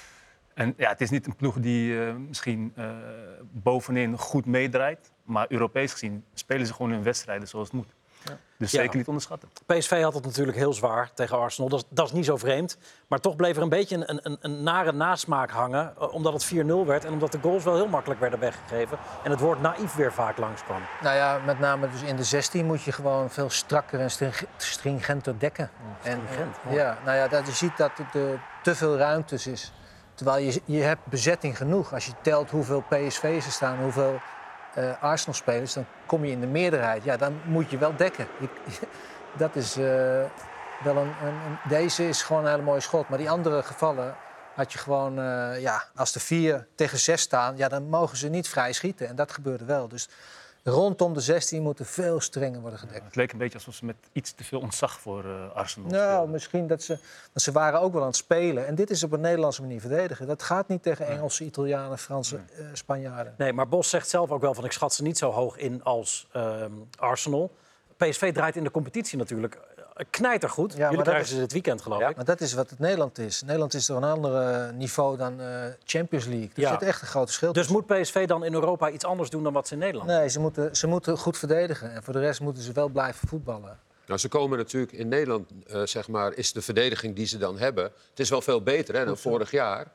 En ja, het is niet een ploeg die misschien bovenin goed meedraait. Maar Europees gezien spelen ze gewoon hun wedstrijden zoals het moet. Dus Ja. zeker niet onderschatten. PSV had het natuurlijk heel zwaar tegen Arsenal. Dat is niet zo vreemd. Maar toch bleef er een beetje een nare nasmaak hangen. Omdat het 4-0 werd en omdat de goals wel heel makkelijk werden weggegeven. En het woord naïef weer vaak langskwam. Nou ja, met name dus in de 16 moet je gewoon veel strakker en stringenter dekken. Stringent, En, ja, nou ja, dat je ziet dat er te veel ruimtes is. Terwijl je hebt bezetting genoeg. Als je telt hoeveel PSV's er staan, hoeveel Arsenal-spelers, dan kom je in de meerderheid. Ja, dan moet je wel dekken. Dat is wel deze is gewoon een hele mooie schot. Maar die andere gevallen had je gewoon... als er 4 tegen 6 staan, ja, dan mogen ze niet vrij schieten. En dat gebeurde wel. Dus rondom de 16 moeten veel strenger worden gedekt. Het leek een beetje alsof ze met iets te veel ontzag voor Arsenal Nou, speelden. misschien dat ze waren ook wel aan het spelen. En dit is op een Nederlandse manier verdedigen. Dat gaat niet tegen Engelsen, Italianen, Fransen, Spanjaarden. Nee, maar Bos zegt zelf ook wel van ik schat ze niet zo hoog in als Arsenal. PSV draait in de competitie natuurlijk knijtergoed. Ja, maar Jullie dat krijgen is- ze dit weekend, geloof ik. Maar dat is wat het Nederland is. Nederland is toch een ander niveau dan Champions League. Er Ja. zit echt een groot verschil Dus tussen. moet PSV dan in Europa iets anders doen dan wat ze in Nederland doen? Nee, ze moeten goed verdedigen. En voor de rest moeten ze wel blijven voetballen. Nou, ze komen natuurlijk in Nederland, zeg maar, is de verdediging die ze dan hebben. Het is wel veel beter hè, dan vorig jaar.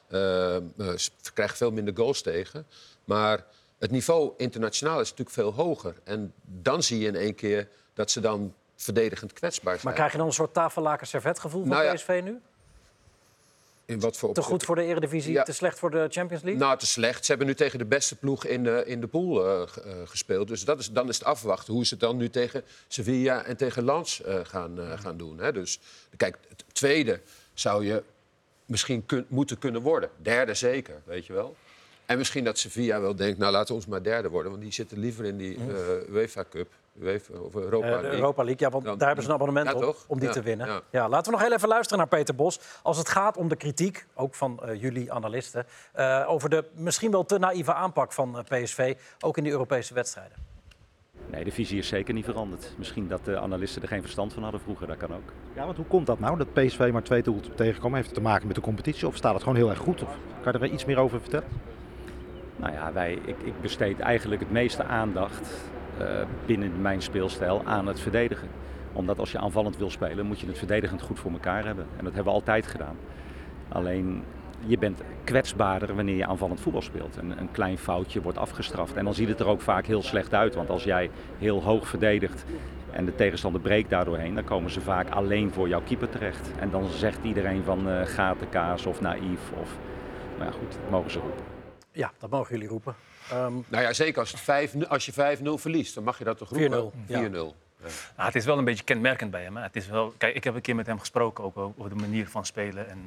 Ze krijgen veel minder goals tegen. Maar het niveau internationaal is natuurlijk veel hoger. En dan zie je in één keer dat ze dan verdedigend kwetsbaar zijn. Maar krijg je dan een soort tafellaken servetgevoel van Nou ja. PSV nu? In wat voor Te opzicht? goed voor de Eredivisie, Ja. te slecht voor de Champions League? Nou, te slecht. Ze hebben nu tegen de beste ploeg in de pool gespeeld. Dus dan is het afwachten hoe ze het dan nu tegen Sevilla en tegen Lens gaan doen. Hè. Dus kijk, het tweede zou je misschien moeten kunnen worden. Derde zeker, weet je wel. En misschien dat Sevilla wel denkt, nou laten we ons maar derde worden. Want die zitten liever in die UEFA Cup. Of Europa De League. Europa League, ja, want Dan- daar hebben ze een abonnement Ja, op toch? om die Ja, te winnen. ja. Ja, laten we nog heel even luisteren naar Peter Bos. Als het gaat om de kritiek, ook van jullie analisten... over de misschien wel te naïeve aanpak van PSV, ook in die Europese wedstrijden. Nee, de visie is zeker niet veranderd. Misschien dat de analisten er geen verstand van hadden vroeger, dat kan ook. Ja, want hoe komt dat nou, dat PSV maar 2 doelpunten tegenkomen? Heeft het te maken met de competitie of staat het gewoon heel erg goed? Of kan je er iets meer over vertellen? Nou ja, ik besteed eigenlijk het meeste aandacht binnen mijn speelstijl aan het verdedigen. Omdat als je aanvallend wil spelen, moet je het verdedigend goed voor elkaar hebben. En dat hebben we altijd gedaan. Alleen, je bent kwetsbaarder wanneer je aanvallend voetbal speelt. Een klein foutje wordt afgestraft. En dan ziet het er ook vaak heel slecht uit. Want als jij heel hoog verdedigt en de tegenstander breekt daardoorheen, dan komen ze vaak alleen voor jouw keeper terecht. En dan zegt iedereen van gatenkaas of naïef. Maar ja, goed, dat mogen ze roepen. Ja, dat mogen jullie roepen. Nou ja, zeker als je 5-0 verliest, dan mag je dat toch roepen? 4-0, ja. 4-0. Nou, het is wel een beetje kenmerkend bij hem. Hè. Het is wel, kijk, ik heb een keer met hem gesproken ook over de manier van spelen. En,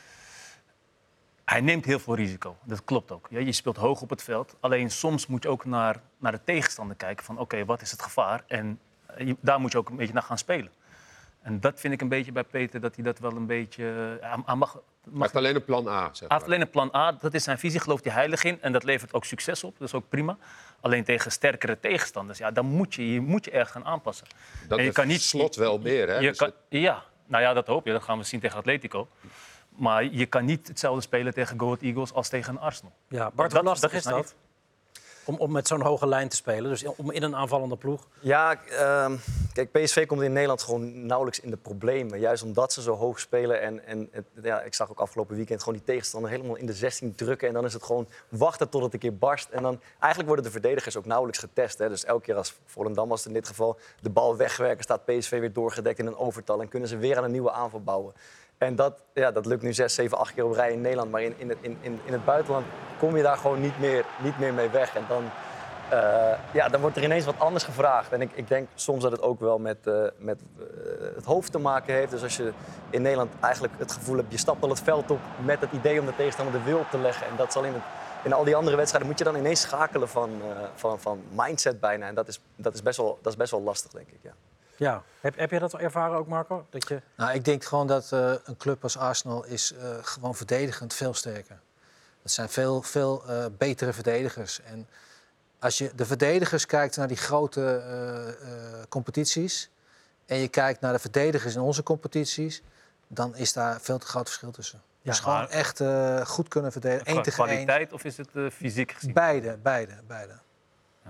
hij neemt heel veel risico. Dat klopt ook. Ja, je speelt hoog op het veld. Alleen soms moet je ook naar de tegenstander kijken van oké, wat is het gevaar? En daar moet je ook een beetje naar gaan spelen. En dat vind ik een beetje bij Peter, dat hij dat wel een beetje... hij Maar het is alleen een plan A, zeg Hij heeft maar. alleen een plan A, dat is zijn visie, gelooft hij heilig in. En dat levert ook succes op, dat is ook prima. Alleen tegen sterkere tegenstanders, ja, dan moet je erg gaan aanpassen. Dat En je heeft kan niet- Slot wel meer, hè? Je Dus kan, ja, nou ja, dat hoop je. Dat gaan we zien tegen Atletico. Maar je kan niet hetzelfde spelen tegen Go Ahead Eagles als tegen Arsenal. Ja, Bart, hoe lastig is naïef. dat? Om met zo'n hoge lijn te spelen, dus om in een aanvallende ploeg. Ja, kijk, PSV komt in Nederland gewoon nauwelijks in de problemen. Juist omdat ze zo hoog spelen. Ik zag ook afgelopen weekend gewoon die tegenstander helemaal in de 16 drukken. En dan is het gewoon wachten tot het een keer barst. En dan eigenlijk worden de verdedigers ook nauwelijks getest. Hè. Dus elke keer als Volendam was het in dit geval de bal wegwerken, staat PSV weer doorgedekt in een overtal. En kunnen ze weer aan een nieuwe aanval bouwen. En dat lukt nu 6, 7, 8 keer op rij in Nederland. Maar in het buitenland kom je daar gewoon niet meer mee weg. En dan wordt er ineens wat anders gevraagd. En ik denk soms dat het ook wel met het hoofd te maken heeft. Dus als je in Nederland eigenlijk het gevoel hebt, je stapt wel het veld op met het idee om de tegenstander de wil op te leggen. En dat zal in al die andere wedstrijden moet je dan ineens schakelen van mindset bijna. En dat is best wel lastig, denk ik. Ja. Ja. Heb je dat ervaren ook, Marco? Dat je... Nou, ik denk gewoon dat een club als Arsenal is gewoon verdedigend veel sterker. Dat zijn veel betere verdedigers. En als je de verdedigers kijkt naar die grote competities en je kijkt naar de verdedigers in onze competities, dan is daar veel te groot verschil tussen. Ja, dus gewoon maar- echt goed kunnen verdedigen. 1 tegen 1. Kwaliteit of is het fysiek gezien? Beide.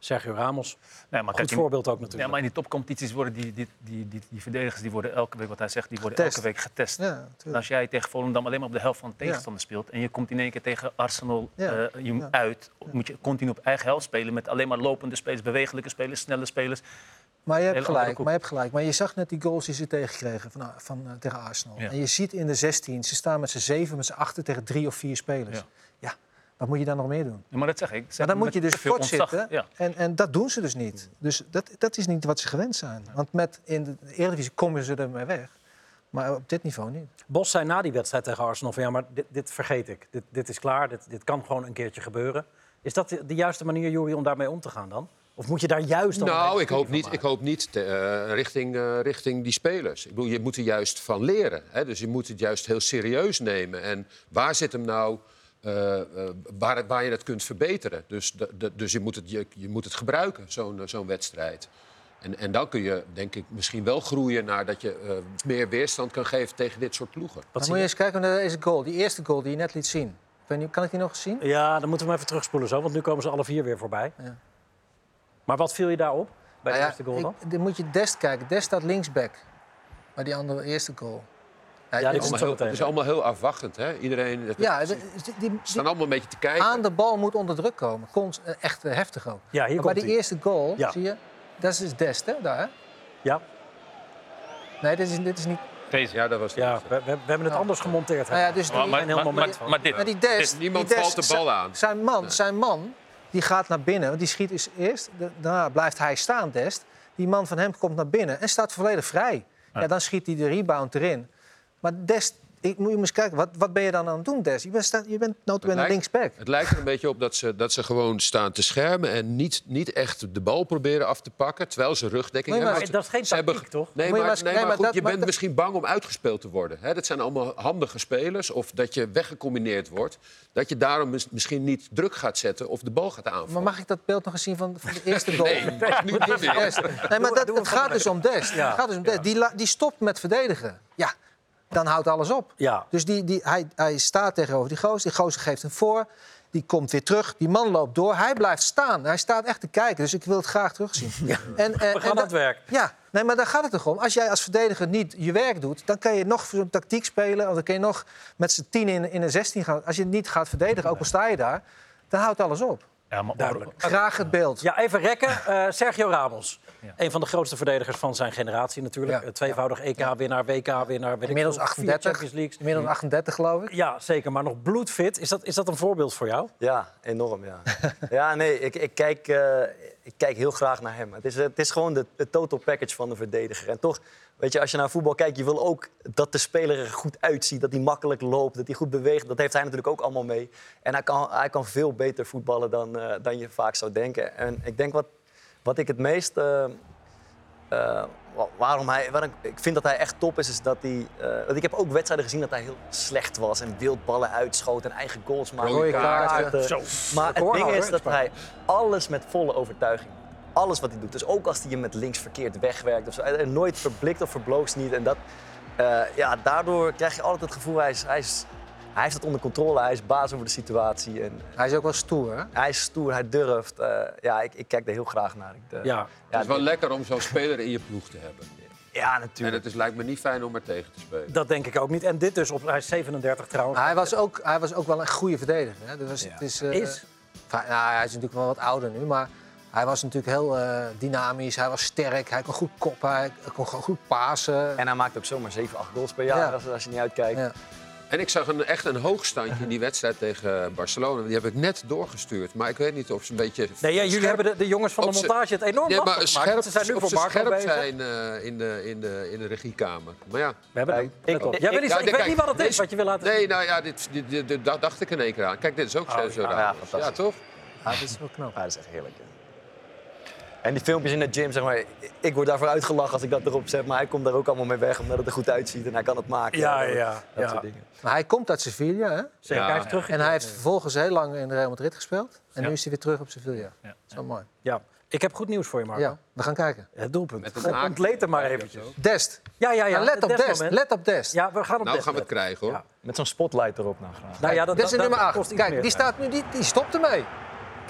Sergio Ramos. Nee, maar Goed kijk, voorbeeld ook Ja, natuurlijk. maar in die topcompetities worden die verdedigers die worden elke week, wat hij zegt, die worden Getest. elke week getest. Ja, En natuurlijk. als jij tegen Volendam alleen maar op de helft van de tegenstander speelt en je komt in één keer tegen Arsenal uit, moet je continu op eigen helft spelen met alleen maar lopende spelers, bewegelijke spelers, snelle spelers. Maar je hebt Hele andere gelijk. Maar je zag net die goals die ze tegenkregen tegen Arsenal. Ja. En je ziet in de 16, ze staan met z'n 7, met z'n 8 tegen 3 of 4 spelers. Ja. Ja, wat moet je dan nog meer doen? Ja, maar dat zeg ik. Ze Maar dan hebben moet je met dus te veel kort ontzag. zitten. Ja. En dat doen ze dus niet. Dus dat is niet wat ze gewend zijn. Want in de Eredivisie komen ze ermee weg. Maar op dit niveau niet. Bos zei na die wedstrijd tegen Arsenal van ja, maar dit vergeet ik. Dit is klaar, dit kan gewoon een keertje gebeuren. Is dat de juiste manier, Joeri, om daarmee om te gaan dan? Of moet je daar juist dan Nou, een ik hoop niet richting die spelers. Ik bedoel, je moet er juist van leren. Hè? Dus je moet het juist heel serieus nemen. En waar zit hem nou waar je dat kunt verbeteren? Dus je moet het gebruiken, zo'n wedstrijd. En dan kun je, denk ik, misschien wel groeien naar dat je meer weerstand kan geven tegen dit soort ploegen. Dan moet je eens kijken naar deze goal. Die eerste goal die je net liet zien. Ik weet niet, kan ik die nog eens zien? Ja, dan moeten we hem even terugspoelen zo, want nu komen ze alle 4 weer voorbij. Ja. Maar wat viel je daarop bij de Nou ja, eerste goal dan? Dan moet je Dest kijken. Dest staat linksback. Bij die andere eerste goal. Ja, die het komt is- zo Het meteen. is allemaal heel afwachtend. Hè? Iedereen staan allemaal een beetje te kijken. aan de bal moet onder druk komen. Echt heftig ook. Ja, hier Maar bij komt die eerste goal, Ja. zie je, dat is Dest, hè? Daar, hè? Ja, Nee, dit is niet... Deze. Ja, dat was ja we hebben het anders gemonteerd. hè. Nou ja, dus die, Maar, een heel moment van. maar dit. maar die Dest... Niemand die Dest- valt de bal aan. Zijn man, die gaat naar binnen. Want die schiet is eerst. Daarna blijft hij staan, Dest. Die man van hem komt naar binnen en staat volledig vrij. Ja, dan schiet hij de rebound erin. Maar Dest... moet je eens kijken, wat ben je dan aan het doen, Dest? Je bent nota bene linksback. Het lijkt er een beetje op dat ze gewoon staan te schermen en niet echt de bal proberen af te pakken, terwijl ze rugdekking Nee, maar hebben. dat is geen Ze hebben- tactiek, toch? Nee, Moet je maar, maar eens- nee, maar goed, dat- je maar bent dat- misschien bang om uitgespeeld te worden. Hè? Dat zijn allemaal handige spelers. Of dat je weggecombineerd wordt. Dat je daarom misschien niet druk gaat zetten of de bal gaat aanvallen. Maar mag ik dat beeld nog eens zien van de eerste goal? Nee, nu niet meer. Dest. Nee, maar het gaat dus om Dest. Ja. Het gaat dus om Dest. Die stopt met verdedigen. Ja, dan houdt alles op. Ja. Dus hij staat tegenover die gozer geeft hem voor. Die komt weer terug. Die man loopt door. Hij blijft staan. Hij staat echt te kijken. Dus ik wil het graag terugzien. We gaan aan het werk. Ja, nee, maar daar gaat het toch om. Als jij als verdediger niet je werk doet, dan kan je nog zo'n tactiek spelen. Of dan kun je nog met z'n 10 in een 16 gaan. Als je niet gaat verdedigen, ook al sta je daar, dan houdt alles op. Ja, maar Duidelijk. Graag het beeld. Ja, even rekken. Sergio Ramos. Ja. Een van de grootste verdedigers van zijn generatie natuurlijk. Ja. Tweevoudig EK-winnaar, WK-winnaar. Inmiddels 38. Champions Leagues. Inmiddels 38, geloof ik. Ja, zeker. Maar nog bloedfit. Is dat een voorbeeld voor jou? Ja, enorm, ja. Ja, nee, ik kijk heel graag naar hem. Het is gewoon het total package van de verdediger. En toch, weet je, als je naar voetbal kijkt, je wil ook dat de speler er goed uitziet, dat hij makkelijk loopt, dat hij goed beweegt. Dat heeft hij natuurlijk ook allemaal mee. En hij kan veel beter voetballen dan je vaak zou denken. En ik denk wat ik het meest... waarom ik vind dat hij echt top is dat hij... want ik heb ook wedstrijden gezien dat hij heel slecht was en wildballen uitschoot en eigen goals maakte. Rode kaarten. Zo. Maar het ding Recordhouder, is dat hij alles met volle overtuiging doet. Alles wat hij doet. Dus ook als hij je met links verkeerd wegwerkt of zo. Hij nooit verblikt of verbloost niet. En daardoor krijg je altijd het gevoel, hij heeft het onder controle. Hij is baas over de situatie. En, Hij is ook wel stoer, hè? hij is stoer, hij durft. Ik kijk er heel graag naar. Ja. Het is wel lekker om zo'n speler in je ploeg te hebben. Ja, En natuurlijk. het lijkt me niet fijn om er tegen te spelen. Dat denk ik ook niet. En dit dus, hij is 37 trouwens. Maar hij was ook wel een goede verdediger. Hè? Dus het is, hij is natuurlijk wel wat ouder nu, maar hij was natuurlijk heel dynamisch. Hij was sterk, hij kon goed koppen, hij kon goed pasen. En hij maakt ook zomaar 7, 8 goals per jaar Ja. als je niet uitkijkt. Ja. En ik zag echt een hoogstandje in die wedstrijd tegen Barcelona. Die heb ik net doorgestuurd. Maar ik weet niet of ze een beetje... Nee, jullie scherp- hebben de jongens van de of ze- montage het enorm Nee, maar lastig gemaakt. Ze zijn nu of voor ze Marco scherp bezig. zijn in de regiekamer. Maar ja. We hebben Kijk, let op. ik- Jij wil iets- Ja, ik weet kijk, niet wat het is deze- wat je wil laten zien. Nee, nou ja, dat dacht ik in één keer aan. Kijk, dit is ook zo ja, raar. fantastisch. Ja, toch? Ja, dat is wel knap. Ja, dat is echt heerlijk. Ja. En die filmpjes in de gym, zeg maar, ik word daarvoor uitgelachen als ik dat erop zet. Maar hij komt daar ook allemaal mee weg, omdat het er goed uitziet en hij kan het maken. Dat soort dingen. Maar hij komt uit Sevilla, hè? Zeker, Ja. hij is terug. En hij heeft vervolgens heel lang in Real Madrid gespeeld. En Ja. nu is hij weer terug op Sevilla. Ja. Dat is wel mooi. Ja. Ik heb goed nieuws voor je, Marco. Ja, we gaan kijken. Het doelpunt. Met een haak. Ontleed hem maar eventjes. Dest. Ja. Ja, let op het Dest. Dest-moment. Let op Dest. Ja, we gaan op Nou Dest gaan we het letten. krijgen, hoor. Ja. Met zo'n spotlight erop nou graag. Nou ja, dat Dit is de nummer kost 8. iets Kijk, meer die tijd. staat nu, die stopt ermee. Kijk,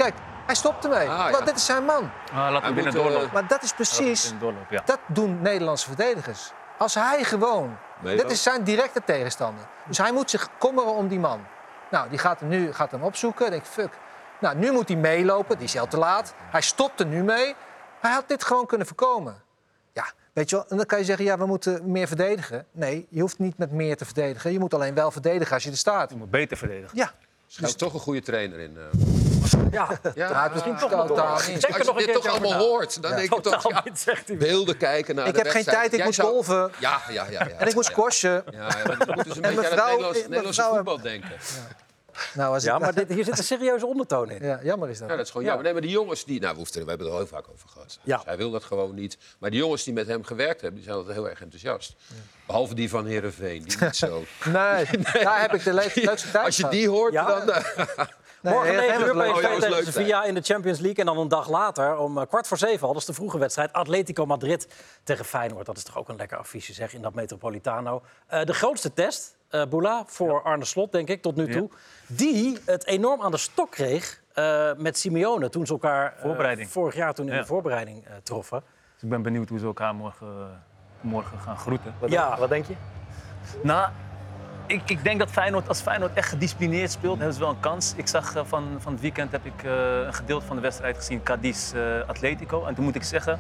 Hij stopt ermee. Ah, ja. Want dit is zijn man. Laten Hij we binnen moet, doorlopen. Maar dat is precies... Ja. Dat doen Nederlandse verdedigers. Als hij gewoon... Dit is zijn directe tegenstander. Dus hij moet zich kommeren om die man. Nou, die gaat hem opzoeken. Dan denk ik, fuck. Nou, nu moet hij meelopen. Die is al te laat. Hij stopt er nu mee. Hij had dit gewoon kunnen voorkomen. Ja, weet je wel. En dan kan je zeggen, ja, we moeten meer verdedigen. Nee, je hoeft niet met meer te verdedigen. Je moet alleen wel verdedigen als je er staat. Je moet beter verdedigen. Ja. Er is toch een goede trainer in. Ja, Ja, misschien toch nog totaal door. niet. Denk er Als nog je een dit keertje toch over allemaal na. hoort, dan denk je toch... Totaal Ja, niet, zegt hij. beelden kijken naar Ik de heb geen wedstrijd. tijd, ik Jij moest zou- golven. Ja. En ik moest squashen. Ja, dat moet dus een En beetje aan mevrouw- het Nederlandse mevrouw- voetbal denken. Nou, als Ja, ik- maar hier zit een serieuze ondertoon in. Ja, jammer is dat. Ja, dat is gewoon jammer. Nee, maar die jongens die... Nou, we hebben het er heel vaak over gehad. Ja. Dus hij wil dat gewoon niet. Maar die jongens die met hem gewerkt hebben, die zijn altijd heel erg enthousiast. Behalve die van Heerenveen, die niet zo. Nee, daar heb ik de leukste tijd Als je gehad. die hoort, Ja. dan... Nee, Morgen Heerenveen 9 uur was leuk. PSV Oh, ja, was tegen leuk, Sevilla in de Champions League. En dan een dag later, om 6:15 al, dat is de vroege wedstrijd... Atletico Madrid tegen Feyenoord. Dat is toch ook een lekker affiche, zeg, in dat Metropolitano. De grootste test, Boula, voor Arne Slot, denk ik, tot nu toe. Die het enorm aan de stok kreeg met Simeone... toen ze elkaar vorig jaar toen in de voorbereiding troffen. Dus ik ben benieuwd hoe ze elkaar morgen gaan groeten. Wat denk je? Nou, ik denk dat als Feyenoord echt gedisciplineerd speelt, hebben ze wel een kans. Ik zag van het weekend heb ik een gedeelte van de wedstrijd gezien, Cadiz Atletico. En toen moet ik zeggen,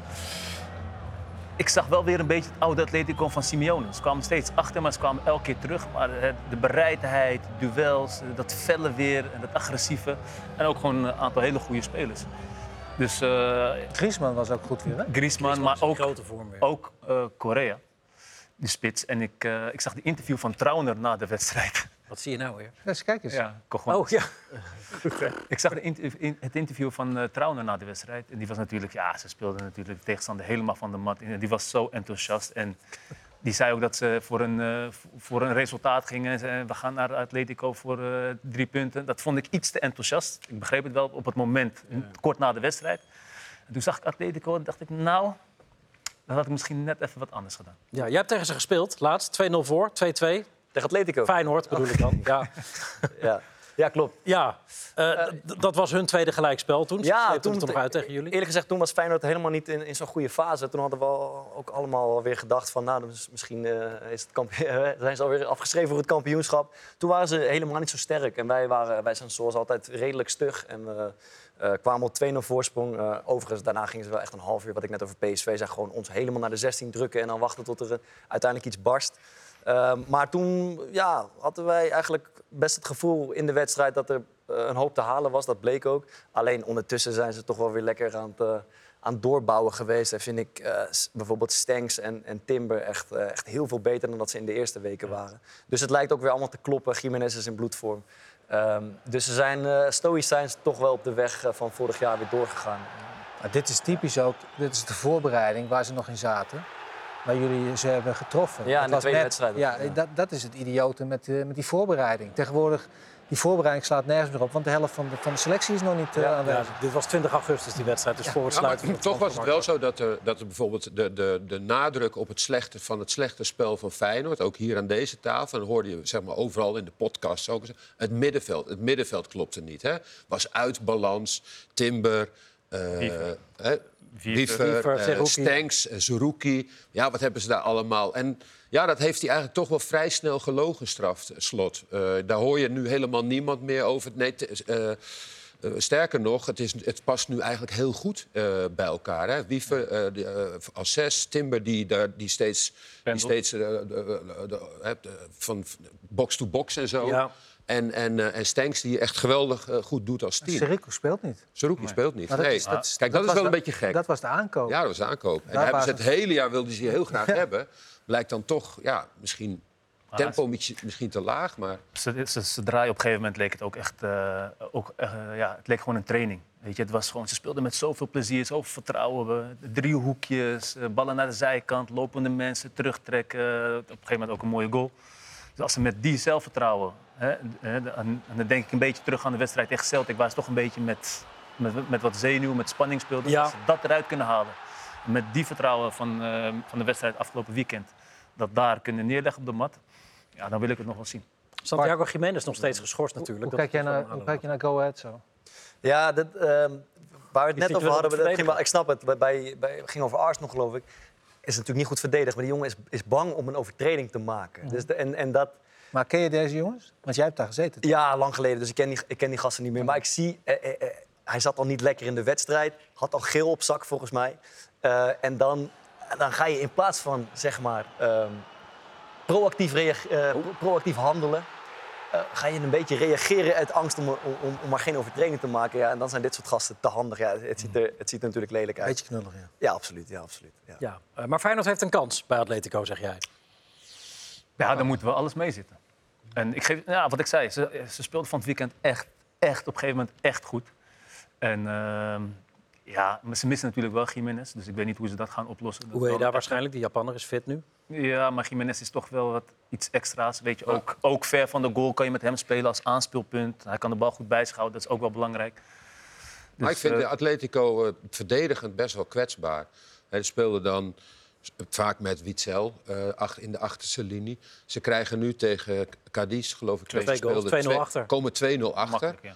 ik zag wel weer een beetje het oude Atletico van Simeone. Ze kwamen steeds achter, maar ze kwamen elke keer terug. Maar de bereidheid, duels, dat felle weer, dat agressieve. En ook gewoon een aantal hele goede spelers. Dus Griezmann was ook goed weer, hè? Griezmann, maar ook, grote vorm weer. ook Correa, de spits. En ik zag de interview van Trauner na de wedstrijd. Wat zie je nou weer? Dus kijk eens. Ja, ik kon gewoon- Oh, ja. Ik zag het interview van Trauner na de wedstrijd. En die was natuurlijk, ja, ze speelden natuurlijk de tegenstander helemaal van de mat. En die was zo enthousiast. En die zei ook dat ze voor een resultaat gingen. En zei, we gaan naar Atletico voor 3 punten. Dat vond ik iets te enthousiast. Ik begreep het wel op het moment, kort na de wedstrijd. En toen zag ik Atletico en dacht ik, nou, dan had ik misschien net even wat anders gedaan. Ja, jij hebt tegen ze gespeeld, laatst. 2-0 voor, 2-2. Tegen Atletico. Feyenoord bedoel ik dan. Ja, Ja, klopt. ja. Dat was hun tweede gelijkspel toen. Ze sleepten het er nog uit tegen jullie. Eerlijk gezegd, toen was Feyenoord helemaal niet in zo'n goede fase. Toen hadden we ook allemaal weer gedacht van... nou, dus misschien zijn ze alweer afgeschreven voor het kampioenschap. Toen waren ze helemaal niet zo sterk. En wij zijn zoals altijd redelijk stug. En we kwamen op 2-0 voorsprong. Overigens, daarna gingen ze wel echt een half uur... wat ik net over PSV zei, gewoon ons helemaal naar de 16 drukken... en dan wachten tot er uiteindelijk iets barst. Maar toen hadden wij eigenlijk best het gevoel in de wedstrijd... dat er een hoop te halen was, dat bleek ook. Alleen ondertussen zijn ze toch wel weer lekker aan het doorbouwen geweest. En vind ik bijvoorbeeld Stenks en Timber echt heel veel beter... dan dat ze in de eerste weken waren. Dus het lijkt ook weer allemaal te kloppen. Gimenez is in bloedvorm. Dus ze zijn stoïcijns toch wel op de weg van vorig jaar weer doorgegaan. Maar dit is typisch ook, dit is de voorbereiding waar ze nog in zaten. Waar jullie ze hebben getroffen. Ja, Dat in de was tweede net- wedstrijd. Ja, dat is het idiote met die voorbereiding. Tegenwoordig, die voorbereiding slaat nergens meer op, want de helft van de selectie is nog niet aanwezig. Dit was 20 augustus, die wedstrijd. Dus voor het Ja, maar sluiten. toch was het wel zo dat er bijvoorbeeld de nadruk op het slechte spel van Feyenoord, ook hier aan deze tafel, en hoorde je zeg maar overal in de podcast ook, het middenveld klopte niet. Hè? Was uit balans, Timber, Wiever, Zerouki. Stenks, Zerouki. Ja, wat hebben ze daar allemaal? En ja, dat heeft hij eigenlijk toch wel vrij snel gelogenstraft, Slot. Daar hoor je nu helemaal niemand meer over. Nee, sterker nog, het past nu eigenlijk heel goed bij elkaar. Hè? Wiever als 6, Timber die steeds van box-to-box en zo. Ja. En Stenks die echt geweldig goed doet als 10. Zerouki speelt niet. Zerouki speelt niet. Maar Nee. Kijk, dat is was wel een de- beetje gek. Dat was de aankoop. Ja, dat was de aankoop. En Daar dan hebben ze waren het hele jaar wilden ze heel graag hebben. Blijkt dan toch, misschien tempo misschien te laag, maar... Ze draaien op een gegeven moment leek het ook echt, het leek gewoon een training. Weet je, het was gewoon, ze speelden met zoveel plezier, zoveel vertrouwen. Driehoekjes, ballen naar de zijkant, lopende mensen, terugtrekken. Op een gegeven moment ook een mooie goal. Dus als ze met die zelfvertrouwen, en dan denk ik een beetje terug aan de wedstrijd tegen Celtic, waar ze toch een beetje met wat zenuw, met spanning speelden. Ja. Als ze dat eruit kunnen halen. Met die vertrouwen van de wedstrijd afgelopen weekend, dat daar kunnen neerleggen op de mat, ja, dan wil ik het nog wel zien. Santiago Gimenez nog steeds geschorst natuurlijk. Hoe kijk jij Dat is wel een naar Go Ahead zo? Ja, waar we het Je net ziet over wel hadden, het dat ging wel, verdedigen. ik snap het, het ging over Arsenal geloof ik. Is natuurlijk niet goed verdedigd, maar die jongen is bang om een overtreding te maken. Dus en dat, Maar ken je deze jongens? Want jij hebt daar gezeten. toch? ja, lang geleden, dus ik ken die gasten niet meer. Maar ik zie, hij zat al niet lekker in de wedstrijd, had al geel op zak volgens mij. En dan ga je in plaats van, zeg maar, proactief handelen... ga je een beetje reageren uit angst om maar geen overtreding te maken. Ja, en dan zijn dit soort gasten te handig. Ja, het ziet er natuurlijk lelijk uit. Beetje knullig, ja. Ja, absoluut. Ja, absoluut ja. Ja, maar Feyenoord heeft een kans bij Atletico, zeg jij. Ja, daar moeten we alles mee zitten. En wat ik zei, ze speelden van het weekend echt op een gegeven moment echt goed. En maar ze missen natuurlijk wel Gimenez, dus ik weet niet hoe ze dat gaan oplossen. Hoe weet je daar waarschijnlijk? Die Japanner is fit nu. Ja, maar Gimenez is toch wel iets extra's. Weet je, ook ver van de goal kan je met hem spelen als aanspeelpunt. Hij kan de bal goed bij zich houden, dat is ook wel belangrijk. Maar ik Dus, vind de Atletico verdedigend best wel kwetsbaar. Ze speelden dan vaak met Witsel in de achterste linie. Ze krijgen nu tegen Cadiz, geloof ik, 2 goals, 2-0 achter. Komen 2-0 achter. Makkelijk, ja.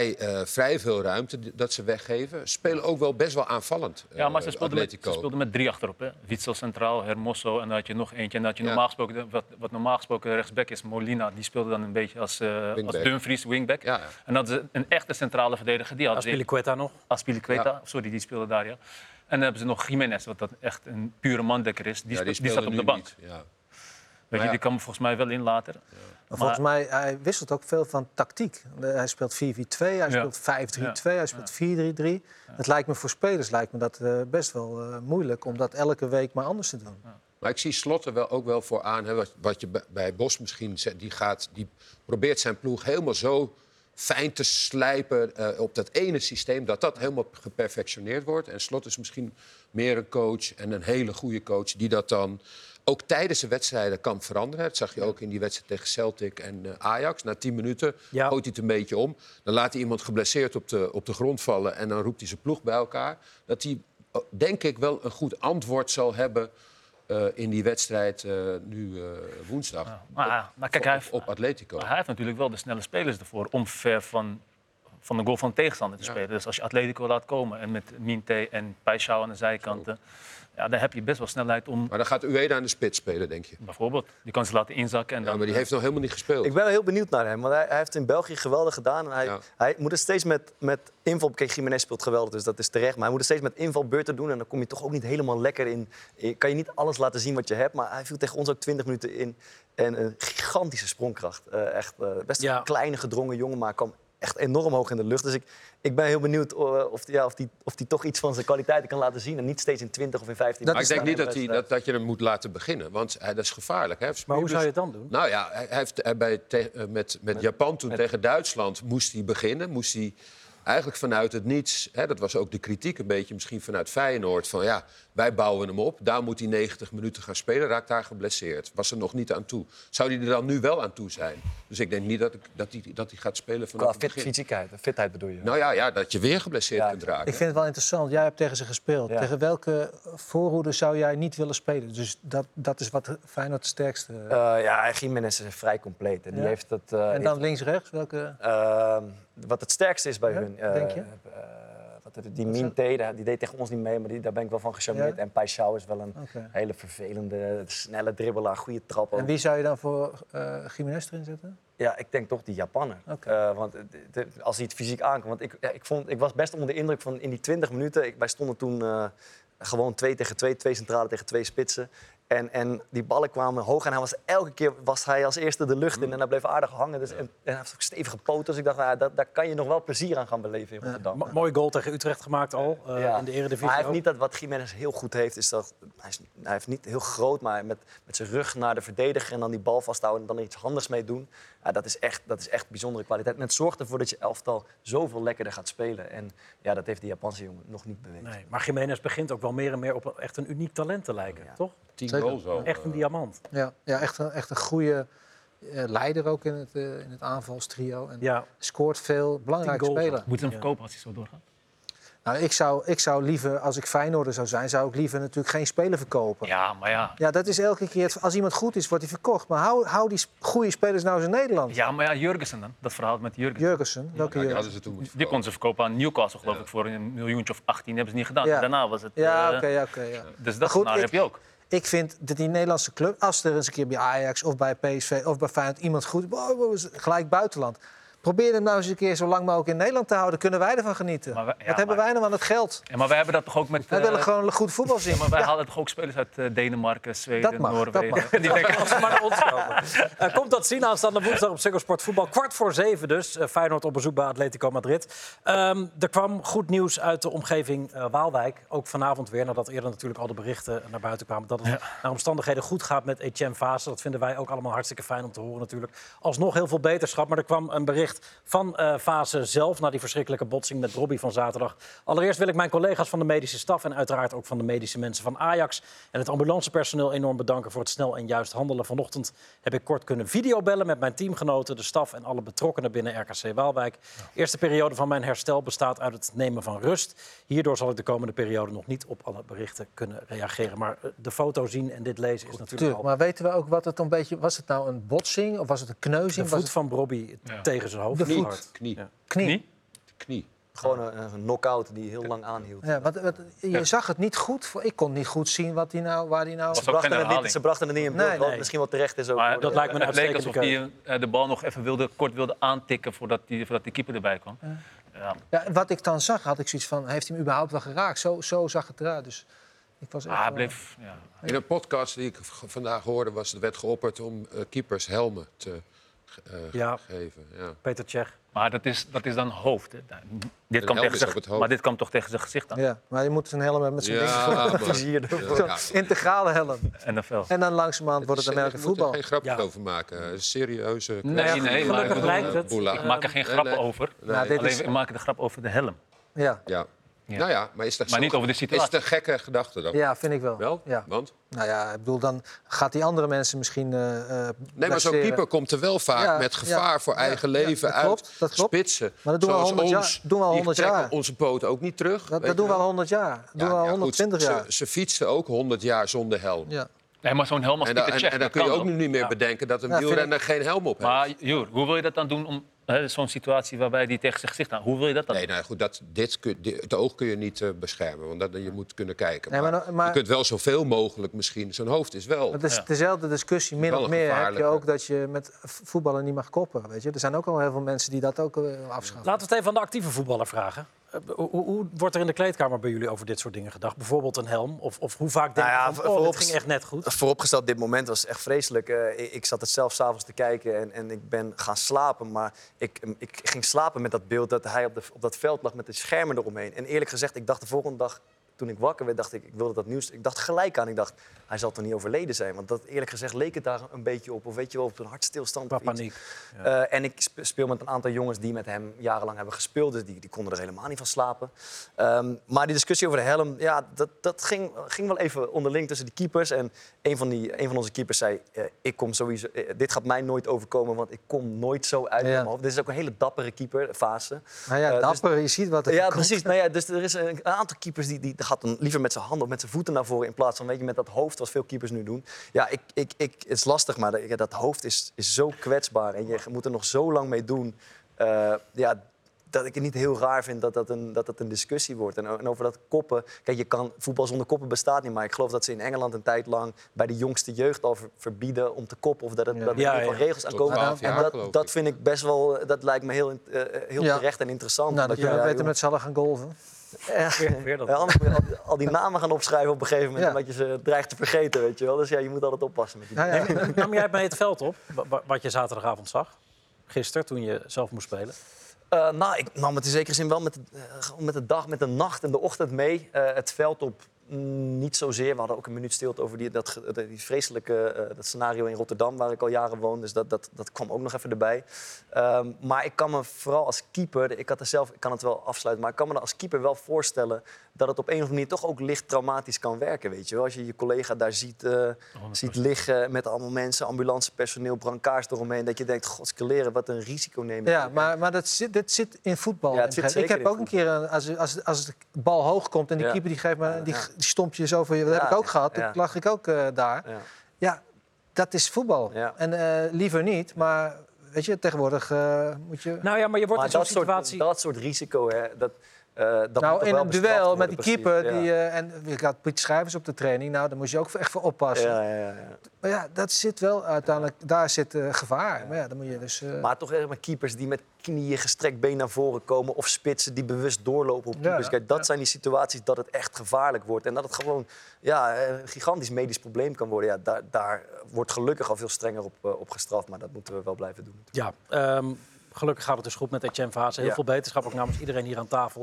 Vrij veel ruimte dat ze weggeven. Spelen ook wel best wel aanvallend. Ja, maar ze Atletico. speelden met 3 achterop. Hè? Witsel centraal, Hermoso en dan had je nog eentje. En dan had je normaal gesproken, wat normaal gesproken rechtsback is, Molina. Die speelde dan een beetje als Dumfries, wingback. Ja. En dat is een echte centrale verdediger. Die had Aspilicueta nog. Aspilicueta, Ja. sorry, die speelde daar, ja. En dan hebben ze nog Gimenez, wat dat echt een pure mandekker is. Die die staat op nu de bank. niet, ja. Weet je, die kan me volgens mij wel in later. Maar volgens mij, hij wisselt ook veel van tactiek. Hij speelt 4-4-2, hij speelt 5-3-2, hij speelt 4-3-3. Het lijkt me voor spelers dat best wel moeilijk om dat elke week maar anders te doen. Maar ik zie Slot er ook wel voor aan. Hè, wat je bij Bos misschien zegt. Die probeert zijn ploeg helemaal zo fijn te slijpen op dat ene systeem. Dat helemaal geperfectioneerd wordt. En Slot is misschien meer een coach en een hele goede coach die dat dan ook tijdens de wedstrijden kan veranderen. Dat zag je ook in die wedstrijd tegen Celtic en Ajax. Na 10 minuten gooit hij het een beetje om. Dan laat hij iemand geblesseerd op de grond vallen en dan roept hij zijn ploeg bij elkaar. Dat hij, denk ik, wel een goed antwoord zal hebben in die wedstrijd nu woensdag. Ja. Maar kijk, op Atletico. Maar hij heeft natuurlijk wel de snelle spelers ervoor om ver van de goal van de tegenstander te spelen. Dus als je Atletico laat komen en met Minte en Paixão aan de zijkanten, dan heb je best wel snelheid om... Maar dan gaat Ueda aan de spits spelen, denk je? Bijvoorbeeld. Die kan ze laten inzakken. En Ja, dan, maar die heeft nog helemaal niet gespeeld. Ik ben wel heel benieuwd naar hem, want hij heeft het in België geweldig gedaan. En hij moet het steeds met inval... Kijk, Gimenez speelt geweldig, dus dat is terecht. Maar hij moet het steeds met invalbeurten doen. En dan kom je toch ook niet helemaal lekker in. Kan je niet alles laten zien wat je hebt. Maar hij viel tegen ons ook 20 minuten in. En een gigantische sprongkracht. Best een kleine, gedrongen jongen, maar kwam echt enorm hoog in de lucht. Dus ik ben heel benieuwd of die toch iets van zijn kwaliteiten kan laten zien. En niet steeds in 20 of in 15 Maar ik denk niet dat je hem moet laten beginnen. Want dat is gevaarlijk. Hè? Maar hoe zou je het dan doen? Nou ja, hij heeft met Japan toen tegen Duitsland moest hij beginnen. Moest hij eigenlijk vanuit het niets... Hè, dat was ook de kritiek een beetje misschien vanuit Feyenoord. Van ja, wij bouwen hem op. Daar moet hij 90 minuten gaan spelen. Raakt daar geblesseerd. Was er nog niet aan toe. Zou hij er dan nu wel aan toe zijn? Dus ik denk niet dat hij gaat spelen vanaf het begin. Fitheid bedoel je? Nou ja, dat je weer geblesseerd kunt raken. Ik vind het wel interessant. Jij hebt tegen ze gespeeld. Ja. Tegen welke voorhoede zou jij niet willen spelen? Dus dat is wat Feyenoord het sterkste... Gimenez is vrij compleet. En die heeft dat, en dan links-rechts? Welke... wat het sterkste is bij hun... denk je? Die Minte, die deed tegen ons niet mee, maar daar ben ik wel van gecharmeerd. Ja? En Paixão is wel een hele vervelende, snelle dribbelaar, goede trap. En wie zou je dan voor Gimenez erin zetten? Ja, ik denk toch die Japaner. Want als hij het fysiek aankomt... Want ik was best onder de indruk van in die 20 minuten... Wij stonden toen gewoon 2 tegen 2, 2 centralen tegen 2 spitsen. En die ballen kwamen hoog en elke keer was hij als eerste de lucht in. En hij bleef aardig hangen. Dus, en hij heeft ook stevige poten. Dus ik dacht, daar kan je nog wel plezier aan gaan beleven in Rotterdam. Mooi goal tegen Utrecht gemaakt al in de Eredivisie. Maar hij heeft niet dat wat Gimenez heel goed heeft. Is dat, hij heeft niet heel groot, maar met zijn rug naar de verdediger... en dan die bal vasthouden en dan er iets anders mee doen. Ja, dat is echt bijzondere kwaliteit. En het zorgt ervoor dat je elftal zoveel lekkerder gaat spelen. En ja, dat heeft die Japanse jongen nog niet bewezen. Nee, maar Gimenez begint ook wel meer en meer op echt een uniek talent te lijken, toch? 10 goals al. Echt een diamant. Ja, echt een goede leider ook in het aanvalstrio. En scoort veel, belangrijke speler. Moet je hem verkopen als hij zo doorgaat? Nou, ik zou liever, als ik Feyenoorder zou zijn, zou ik liever natuurlijk geen speler verkopen. Ja, maar ja. Ja, dat is elke keer, als iemand goed is, wordt hij verkocht. Maar hou die goede spelers nou eens in Nederland. Ja, maar ja, Jurgensen dan. Dat verhaal met Jurgensen. Welke Ja, die Jurgensen? hadden ze toen moeten Die kon ze verkopen aan Newcastle, geloof ik, voor een miljoentje of 18. Hebben ze niet gedaan. Ja. Daarna was het... Ja, oké. Ja. Dus Maar dat goed, scenario heb je ook. Ik vind dat die Nederlandse club, als er eens een keer bij Ajax of bij PSV of bij Feyenoord iemand goed is, gelijk buitenland. Probeer hem nou eens een keer zo lang mogelijk in Nederland te houden. Kunnen wij ervan genieten? Maar Wat hebben wij nou aan het geld? Ja, maar wij hebben dat toch ook met... Wij willen gewoon goed voetbal zien. Ja, maar wij halen toch ook spelers uit Denemarken, Zweden, Dat mag, Noorwegen. dat mag. Die denken, Als ze maar naar ons komen. Komt dat zien aanstaande woensdag op Ziggo Sport Voetbal. 6:45 dus. Feyenoord op bezoek bij Atletico Madrid. Er kwam goed nieuws uit de omgeving Waalwijk. Ook vanavond weer, nadat eerder natuurlijk al de berichten naar buiten kwamen. Dat het naar omstandigheden goed gaat met Etienne Vaassen. Dat vinden wij ook allemaal hartstikke fijn om te horen natuurlijk. Alsnog heel veel beterschap. Maar er kwam een bericht van Vaassen zelf na die verschrikkelijke botsing met Robbie van zaterdag. Allereerst wil ik mijn collega's van de medische staf en uiteraard ook van de medische mensen van Ajax en het ambulancepersoneel enorm bedanken voor het snel en juist handelen. Vanochtend heb ik kort kunnen videobellen met mijn teamgenoten, de staf en alle betrokkenen binnen RKC Waalwijk. De eerste periode van mijn herstel bestaat uit het nemen van rust. Hierdoor zal ik de komende periode nog niet op alle berichten kunnen reageren. Maar de foto zien en dit lezen is natuurlijk al... Maar weten we ook wat het een beetje... Was het nou een botsing of was het een kneuzing? De voet van Robbie tegen zijn hoofd. De voet. Knie. Ja. Knie. Gewoon een knock-out die heel lang aanhield. Ja, je zag het niet goed. Ik kon niet goed zien waar die nou... Was ook geen herhaling. Ze brachten het niet in beeld, Nee. wat misschien wel terecht is ook. Maar Dat lijkt me een het leek uitstekende alsof hij de bal nog even kort wilde aantikken voordat die keeper erbij kwam. Ja. Ja, wat ik dan zag, had ik zoiets van... Heeft hij hem überhaupt wel geraakt? Zo zag het eruit. Dus ik was echt, Hij bleef... Ja. In een podcast die ik vandaag hoorde, werd geopperd om keepers helmen te geven. Ja. Peter Cech. Maar dat is dan hoofd. Hè. Dit kwam helm tegen is op het zijn, hoofd. maar dit kwam toch tegen zijn gezicht aan. Ja, maar je moet een helm hebben met zo'n ding. maar- Zo'n Ja. integrale helm. NFL. En dan langzamerhand wordt het Amerikaans Je moet er voetbal. geen grapjes Ja. over maken. Een serieuze... Nee, maar ik gelukkig lijkt bedoel, het. Boela. ik maak er geen grappen nee. over. Nou, dit Alleen is, ik maak de grap over de helm. ja. Ja. Ja. Nou ja, maar is dat Maar niet over de Is situatie. het een gekke gedachte dan? Ja, vind ik wel. Wel? Ja. Want? Nou ja, ik bedoel, dan gaat die andere mensen misschien Nee, maar zo'n blesseren. keeper komt er wel vaak Ja, met gevaar ja, voor ja, eigen ja, leven dat klopt, uit. dat klopt. Spitsen. Maar dat doen we al Zoals 100 ons, jaar. Doen we al 100 die trekken jaar. onze poot ook niet terug. Dat weet doen je we al wel. 100 jaar. Dat doen we al Ja, goed, 120 jaar. Ze fietsen ook 100 jaar zonder helm. Ja. Nee, maar zo'n helm als En dan, Peter en, Cech, en dan dat kun je kan ook nu niet meer bedenken dat een Ja, vind wielrenner geen helm op heeft. Maar Joer, hoe wil je dat dan doen om zo'n situatie waarbij die tegen zijn gezicht aan? Hoe wil je dat dan Nee, doen? nou goed, het oog kun je niet beschermen, want je moet kunnen kijken. Nee, maar je kunt wel zoveel mogelijk misschien. Zo'n hoofd is wel... Het is dezelfde discussie, min Wel of een meer heb je gevaarlijke. ook dat je met voetballen niet mag koppen. Weet je? Er zijn ook al heel veel mensen die dat ook afschaffen. Laten we het even aan de actieve voetballer vragen. Hoe wordt er in de kleedkamer bij jullie over dit soort dingen gedacht? Bijvoorbeeld een helm? Of hoe vaak denk je van, dit ging echt net goed? Vooropgesteld, dit moment was echt vreselijk. Ik zat het zelf 's avonds te kijken en ik ben gaan slapen. Maar ik ging slapen met dat beeld dat hij op dat veld lag met de schermen eromheen. En eerlijk gezegd, ik dacht de volgende dag, toen ik wakker werd, dacht ik wilde dat nieuws. Ik dacht gelijk aan, ik dacht, hij zal toch niet overleden zijn? Want dat, eerlijk gezegd leek het daar een beetje op. Of weet je wel, op een hartstilstand of iets. Paniek. En ik speel met een aantal jongens die met hem jarenlang hebben gespeeld. Dus die konden er helemaal niet van slapen. Maar die discussie over de helm, ja, dat ging wel even onderling tussen die keepers. En een van onze keepers zei, ik kom sowieso, dit gaat mij nooit overkomen, want ik kom nooit zo uit met mijn hoofd. Dit is ook een hele dappere keeper, Vaassen. Nou ja, dapper, je ziet wat er Ja, komt. precies. Nou ja, dus er is een aantal keepers die gaat dan liever met zijn handen of met zijn voeten naar voren in plaats van weet je, met dat hoofd, wat veel keepers nu doen. Ja, het is lastig, maar dat hoofd is zo kwetsbaar en je moet er nog zo lang mee doen. Dat ik het niet heel raar vind dat dat een discussie wordt. En over dat koppen... Kijk, je kan voetbal zonder koppen bestaat niet. Maar ik geloof dat ze in Engeland een tijd lang bij de jongste jeugd al verbieden om te koppen. Of dat er in ieder geval regels aan Tot komen. 12 jaar, En geloof dat ik. vind ik best wel... Dat lijkt me heel terecht en interessant. Nou, dan Dat kunnen we beter met z'n allen gaan golven. Weer dat. Anders moet je al die namen gaan opschrijven op een gegeven moment. Ja. Omdat je ze dreigt te vergeten, weet je wel. Dus ja, je moet altijd oppassen met die Ja, ja. Nam jij mee het veld op, wat je zaterdagavond zag? Gisteren, toen je zelf moest spelen? Nou, ik nam het in zekere zin wel met de dag, met de nacht en de ochtend mee. Het veld op niet zozeer. We hadden ook een minuut stilte over die vreselijke dat scenario in Rotterdam, waar ik al jaren woon. Dus dat kwam ook nog even erbij. Maar ik kan me vooral als keeper, ik kan het wel afsluiten, maar ik kan me als keeper wel voorstellen dat het op een of andere manier toch ook licht traumatisch kan werken. Weet je wel? Als je je collega daar ziet liggen met allemaal mensen, ambulancepersoneel, brancards eromheen, dat je denkt, godskeleren, wat een risico nemen. Ja, maar dit zit in voetbal. Ja, het zit zeker ik heb in ook een keer, als de bal hoog komt en die keeper die geeft me die stompjes over je, dat heb ik ook gehad. Toen lag ik ook daar. Ja, dat is voetbal. Ja. En liever niet, maar weet je, tegenwoordig moet je... Nou ja, maar je wordt in zo'n situatie... Dat soort risico, hè, dat nou, in een duel met die keeper, precies, en ik had Piet Schrijvers op de training, nou, daar moest je ook echt voor oppassen. Ja. Maar ja, dat zit wel uiteindelijk, daar zit gevaar. Maar ja, dan moet je dus... Maar toch echt maar keepers die met knieën gestrekt been naar voren komen, of spitsen die bewust doorlopen op keepers. Kijk, dat zijn die situaties dat het echt gevaarlijk wordt. En dat het gewoon een gigantisch medisch probleem kan worden. Ja, daar wordt gelukkig al veel strenger op gestraft, maar dat moeten we wel blijven doen. Ja, gelukkig gaat het dus goed met Etienne Verhazen. Heel veel beterschap, ook namens iedereen hier aan tafel.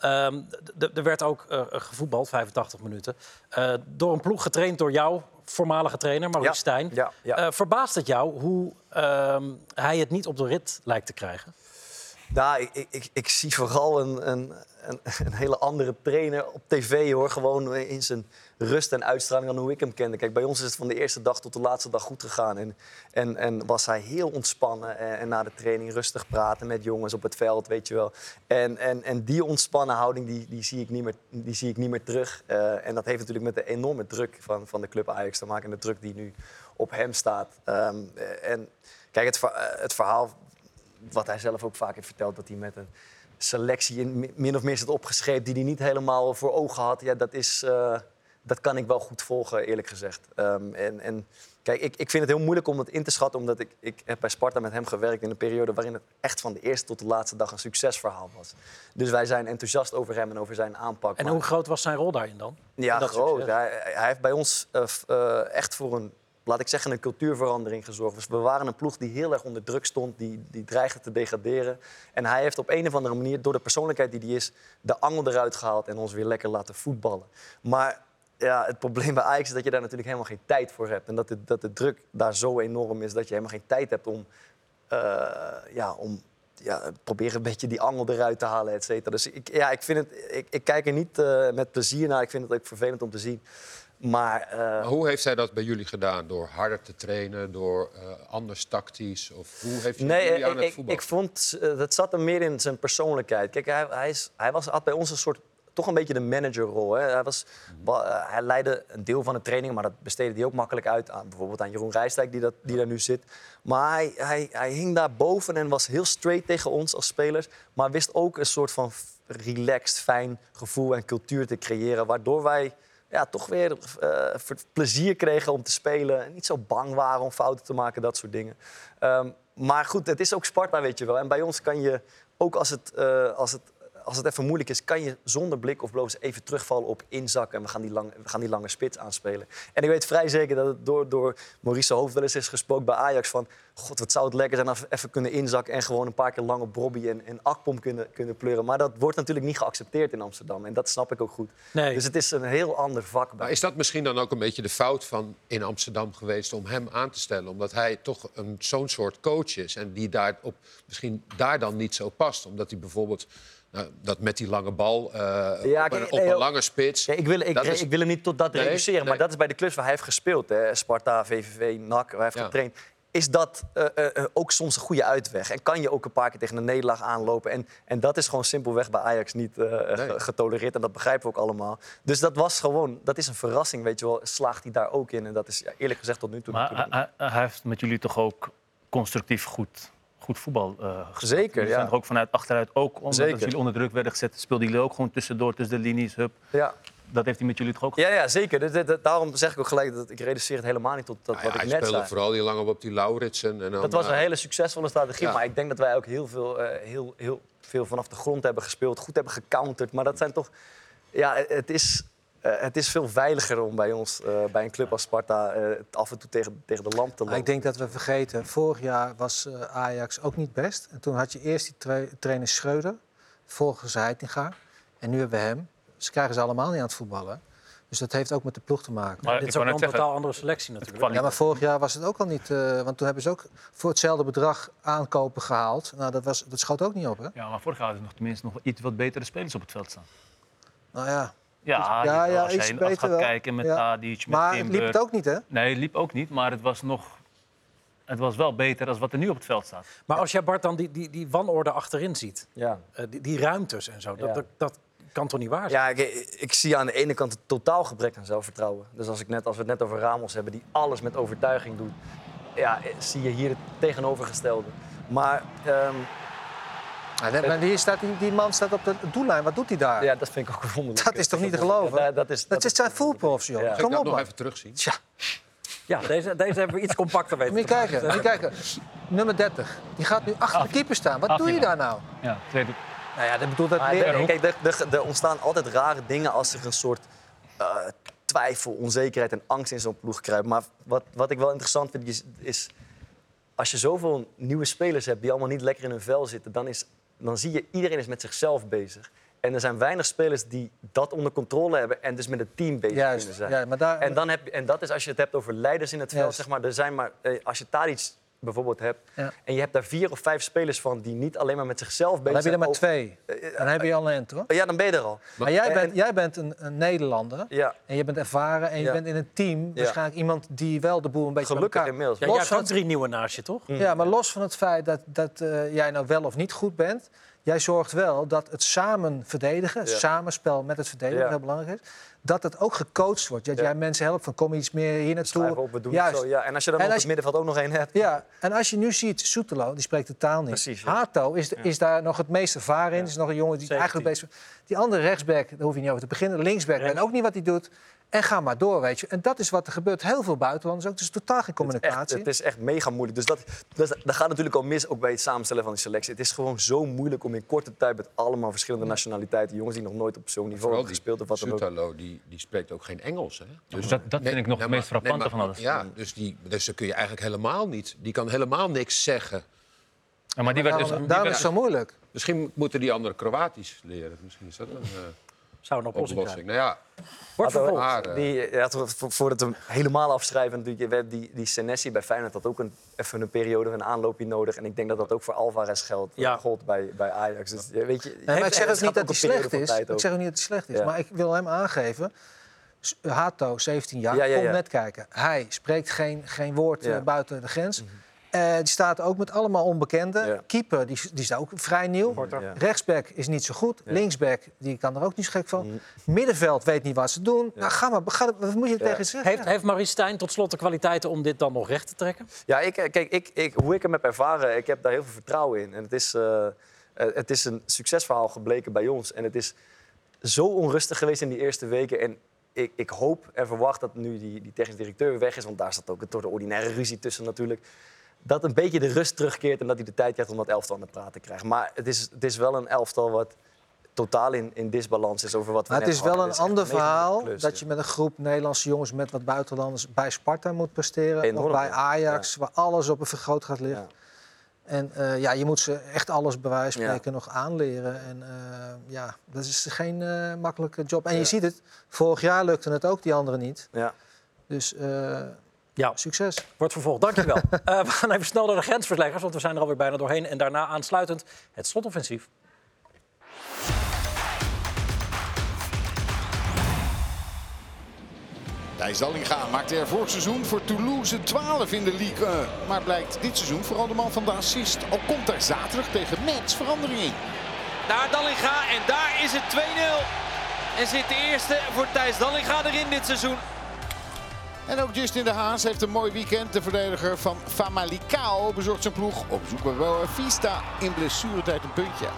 Er werd ook gevoetbald, 85 minuten. Door een ploeg getraind door jou, voormalige trainer, Maurice Stijn. Ja. Verbaast het jou hoe hij het niet op de rit lijkt te krijgen? Nou, ik zie vooral een hele andere trainer op tv, hoor. Gewoon in zijn rust en uitstraling dan hoe ik hem kende. Kijk, bij ons is het van de eerste dag tot de laatste dag goed gegaan. En was hij heel ontspannen. En na de training rustig praten met jongens op het veld, weet je wel. En die ontspannen houding, die zie ik niet meer terug. En dat heeft natuurlijk met de enorme druk van de club Ajax te maken. En de druk die nu op hem staat. En kijk, het verhaal wat hij zelf ook vaak heeft verteld, dat hij met een selectie min of meer zit opgescheept die hij niet helemaal voor ogen had. Ja, dat kan ik wel goed volgen, eerlijk gezegd. Kijk, ik vind het heel moeilijk om het in te schatten, omdat ik heb bij Sparta met hem gewerkt in een periode waarin het echt van de eerste tot de laatste dag een succesverhaal was. Dus wij zijn enthousiast over hem en over zijn aanpak. En hoe groot was zijn rol daarin dan? Ja, groot. Hij heeft bij ons echt voor een cultuurverandering gezorgd. Dus we waren een ploeg die heel erg onder druk stond, die dreigde te degraderen. En hij heeft op een of andere manier, door de persoonlijkheid die hij is, de angel eruit gehaald en ons weer lekker laten voetballen. Maar ja, het probleem bij Ajax is dat je daar natuurlijk helemaal geen tijd voor hebt. En dat de druk daar zo enorm is dat je helemaal geen tijd hebt om proberen een beetje die angel eruit te halen, et cetera. Dus ik kijk er niet met plezier naar. Ik vind het ook vervelend om te zien. Maar hoe heeft hij dat bij jullie gedaan? Door harder te trainen, door anders tactisch? Of hoe heeft jullie aan het voetbal? Ik vond, dat zat er meer in zijn persoonlijkheid. Kijk, hij had bij ons een soort, toch een beetje de managerrol. Hè. Hij leidde een deel van de training, maar dat besteedde hij ook makkelijk uit aan bijvoorbeeld aan Jeroen Rijsdijk, die daar nu zit. Maar hij hing daar boven en was heel straight tegen ons als spelers, maar wist ook een soort van relaxed, fijn gevoel en cultuur te creëren, waardoor wij toch weer plezier kregen om te spelen. En niet zo bang waren om fouten te maken, dat soort dingen. Maar goed, het is ook Sparta, weet je wel. En bij ons kan je, ook als het even moeilijk is, kan je zonder blik of bloos even terugvallen op inzakken. En we gaan die lange spits aanspelen. En ik weet vrij zeker dat het door Maurice Hoofd wel eens is gesproken bij Ajax van, god, wat zou het lekker zijn als we even kunnen inzakken en gewoon een paar keer lang op Bobby en Akpom kunnen pleuren. Maar dat wordt natuurlijk niet geaccepteerd in Amsterdam. En dat snap ik ook goed. Nee. Dus het is een heel ander vak. Maar is dat misschien dan ook een beetje de fout van in Amsterdam geweest om hem aan te stellen? Omdat hij toch zo'n soort coach is en die misschien daar dan niet zo past. Omdat hij bijvoorbeeld dat met die lange bal op een lange spits. Ja, ik wil hem niet tot dat reduceren, maar dat is bij de clubs waar hij heeft gespeeld. Hè. Sparta, VVV, NAC, waar hij heeft getraind. Is dat ook soms een goede uitweg? En kan je ook een paar keer tegen een nederlaag aanlopen? En dat is gewoon simpelweg bij Ajax niet getolereerd. En dat begrijpen we ook allemaal. Dus dat is een verrassing, weet je wel. Slaagt hij daar ook in? En dat is eerlijk gezegd tot nu toe. Maar hij heeft met jullie toch ook constructief goed voetbal gespeeld. Zeker, jullie zijn er ook vanuit achteruit, ook omdat jullie onder druk werden gezet, speelden jullie ook gewoon tussendoor, tussen de linies, hup. Ja. Dat heeft hij met jullie toch ook gedaan? Ja, zeker. Daarom zeg ik ook gelijk dat ik reduceer het helemaal niet tot wat ik net zei. Hij speelde vooral die lang op die Lauritsen. En dan, dat was een hele succesvolle strategie, maar ik denk dat wij ook heel veel vanaf de grond hebben gespeeld, goed hebben gecounterd. Maar dat zijn toch, het is veel veiliger om bij ons, bij een club als Sparta, af en toe tegen de lamp te lopen. Ik denk dat we vergeten, vorig jaar was Ajax ook niet best. En toen had je eerst die trainer Schreuder, volgens Heitinga. En nu hebben we hem. Ze krijgen ze allemaal niet aan het voetballen. Dus dat heeft ook met de ploeg te maken. Maar Dit ik is ook wou wel net een totaal andere selectie natuurlijk. Ja, maar vorig jaar was het ook al niet... want toen hebben ze ook voor hetzelfde bedrag aankopen gehaald. Nou, dat schoot ook niet op, hè? Ja, maar vorig jaar hadden ze nog tenminste nog iets wat betere spelers op het veld staan. Nou ja. Ja, als iets je beter gaat wel. kijken met Ja. Tadic, met Maar het Timber. liep het ook niet, hè? Nee, het liep ook niet, maar het was wel beter dan wat er nu op het veld staat. Maar als jij, Bart, dan die wanorde achterin ziet, Ja. die ruimtes en zo, dat kan toch niet waar zijn? Ja, ik zie aan de ene kant een totaal gebrek aan zelfvertrouwen. Dus als we het net over Ramos hebben, die alles met overtuiging doet, ja, zie je hier het tegenovergestelde. Maar Maar hier staat die man staat op de doellijn. Wat doet hij daar? ja, dat vind ik ook wonderlijk. Dat is toch niet te geloven? Ja, dat zijn voetbalprofs, joh. Ja. Kan ik Kom dat op, nog man. even terugzien? Tja, Ja, deze hebben we iets compacter weten moet je te maken. kijken. Moet je kijken. Nummer 30. Die gaat nu achter de keeper staan. Wat doe je daar nou? Ja, tweede. Nou ja, dat bedoelt dat Maar weer... kijk, er ontstaan altijd rare dingen als er een soort twijfel, onzekerheid en angst in zo'n ploeg kruipt. Maar wat ik wel interessant vind is als je zoveel nieuwe spelers hebt die allemaal niet lekker in hun vel zitten, dan zie je iedereen is met zichzelf bezig. En er zijn weinig spelers die dat onder controle hebben en dus met het team bezig kunnen zijn. Ja, maar daar... En dat is als je het hebt over leiders in het veld, Juist. zeg maar. Er zijn maar als je Tadic bijvoorbeeld hebt Ja. en je hebt daar 4 of 5 spelers van die niet alleen maar met zichzelf Dan bezig heb je er zijn. maar 2. Dan heb je al een end, hoor. Ja, dan ben je er al. Maar jij bent een Nederlander. Ja. En je bent ervaren. En je Ja. bent in een team. Waarschijnlijk iemand die wel de boel een beetje Gelukkig bij elkaar... inmiddels. Ja, Los jij hebt van ook 3 nieuwe naast je, toch? Ja, maar los van het feit dat jij nou wel of niet goed bent... Jij zorgt wel dat het samen verdedigen, het samenspel met het verdedigen, Ja. heel belangrijk is... dat het ook gecoacht wordt. Dat jij mensen helpt van kom iets meer hier naartoe. Schrijf op, we doen Juist. het zo. Ja. En als je dan En op als het middenveld ook nog één hebt. Ja, en als je nu ziet, Soetelo, die spreekt de taal niet. Precies, ja. Hato is daar nog het meest ervaren in. Is nog een jongen die 17. eigenlijk bezig is. Die andere rechtsback, daar hoef je niet over te beginnen. Linksback, weet ook niet wat hij doet. En ga maar door, weet je. En dat is wat er gebeurt. Heel veel buitenlanders ook. Dus totaal geen communicatie. Het is echt mega moeilijk. Dus dat gaat natuurlijk al mis ook bij het samenstellen van die selectie. Het is gewoon zo moeilijk om in korte tijd met allemaal verschillende nationaliteiten, jongens die nog nooit op zo'n niveau hebben gespeeld of wat dan ook. Soetalo, die spreekt ook geen Engels, hè? Dus dat vind ik nog het meest frappante van alles. Ja, dus dan kun je eigenlijk helemaal niet. Die kan helemaal niks zeggen. Ja, maar die werd dus, Daarom is het zo moeilijk. Misschien moeten die anderen Kroatisch leren. Misschien is dat een Zou een oplossing zijn. oplossing. Nou ja, Wordt vervolgd. Maar voordat we hem helemaal afschrijven, natuurlijk, we hebben die Senesi bij Feyenoord had ook even een periode, een aanloopje nodig. En ik denk dat dat ook voor Alvarez gold bij Ajax. Dus, weet je, Nee, maar ik zeg het ook niet gaat dat hij ook een periode slecht van is. tijd Ik ook. zeg ook niet dat hij slecht is. Ja. Maar ik wil hem aangeven. Hato, 17 jaar, Ja. kom net kijken. Hij spreekt geen woord Ja. buiten de grens. Die staat ook met allemaal onbekenden. Ja. Keeper, die is daar ook vrij nieuw. Ja. Rechtsback is niet zo goed. Ja. Linksback, die kan er ook niet zo gek van. Middenveld weet niet wat ze doen. Nou, wat moet je tegen zeggen? Heeft Maurice Stijn tot slot de kwaliteiten om dit dan nog recht te trekken? Ja, hoe ik hem heb ervaren, ik heb daar heel veel vertrouwen in. En het is een succesverhaal gebleken bij ons. En het is zo onrustig geweest in die eerste weken. En ik hoop en verwacht dat nu die technisch directeur weg is, want daar staat ook door de ordinaire ruzie tussen natuurlijk, dat een beetje de rust terugkeert en dat hij de tijd krijgt om dat elftal aan de praat te krijgen. Maar het is wel een elftal wat totaal in disbalans is over wat we Maar het net is wel hadden. een Het ander echt een mega verhaal klus, dat je met een groep Nederlandse jongens met wat buitenlanders bij Sparta moet presteren. Enorm, Of bij ja. Ajax, waar alles op een vergrootglas ligt. Ja. En je moet ze echt alles bij wijze van Ja. spreken nog aanleren. En dat is geen makkelijke job. En je ziet het, vorig jaar lukte het ook, die anderen niet. Ja. Dus Ja, succes. wordt vervolgd. Dankjewel. We gaan even snel door de grensverleggers, want we zijn er alweer bijna doorheen. En daarna aansluitend het slotoffensief. Thijs Dallinga maakte er vorig seizoen voor Toulouse 12 in de Ligue 1. Maar blijkt dit seizoen vooral de man van de assist. Al komt er zaterdag tegen Metz verandering in. Naar Dallinga en daar is het 2-0. En zit de eerste voor Thijs Dallinga erin dit seizoen. En ook Justin de Haas heeft een mooi weekend. De verdediger van Famalicão bezorgt zijn ploeg op bezoek bij Boavista in blessuretijd een puntje.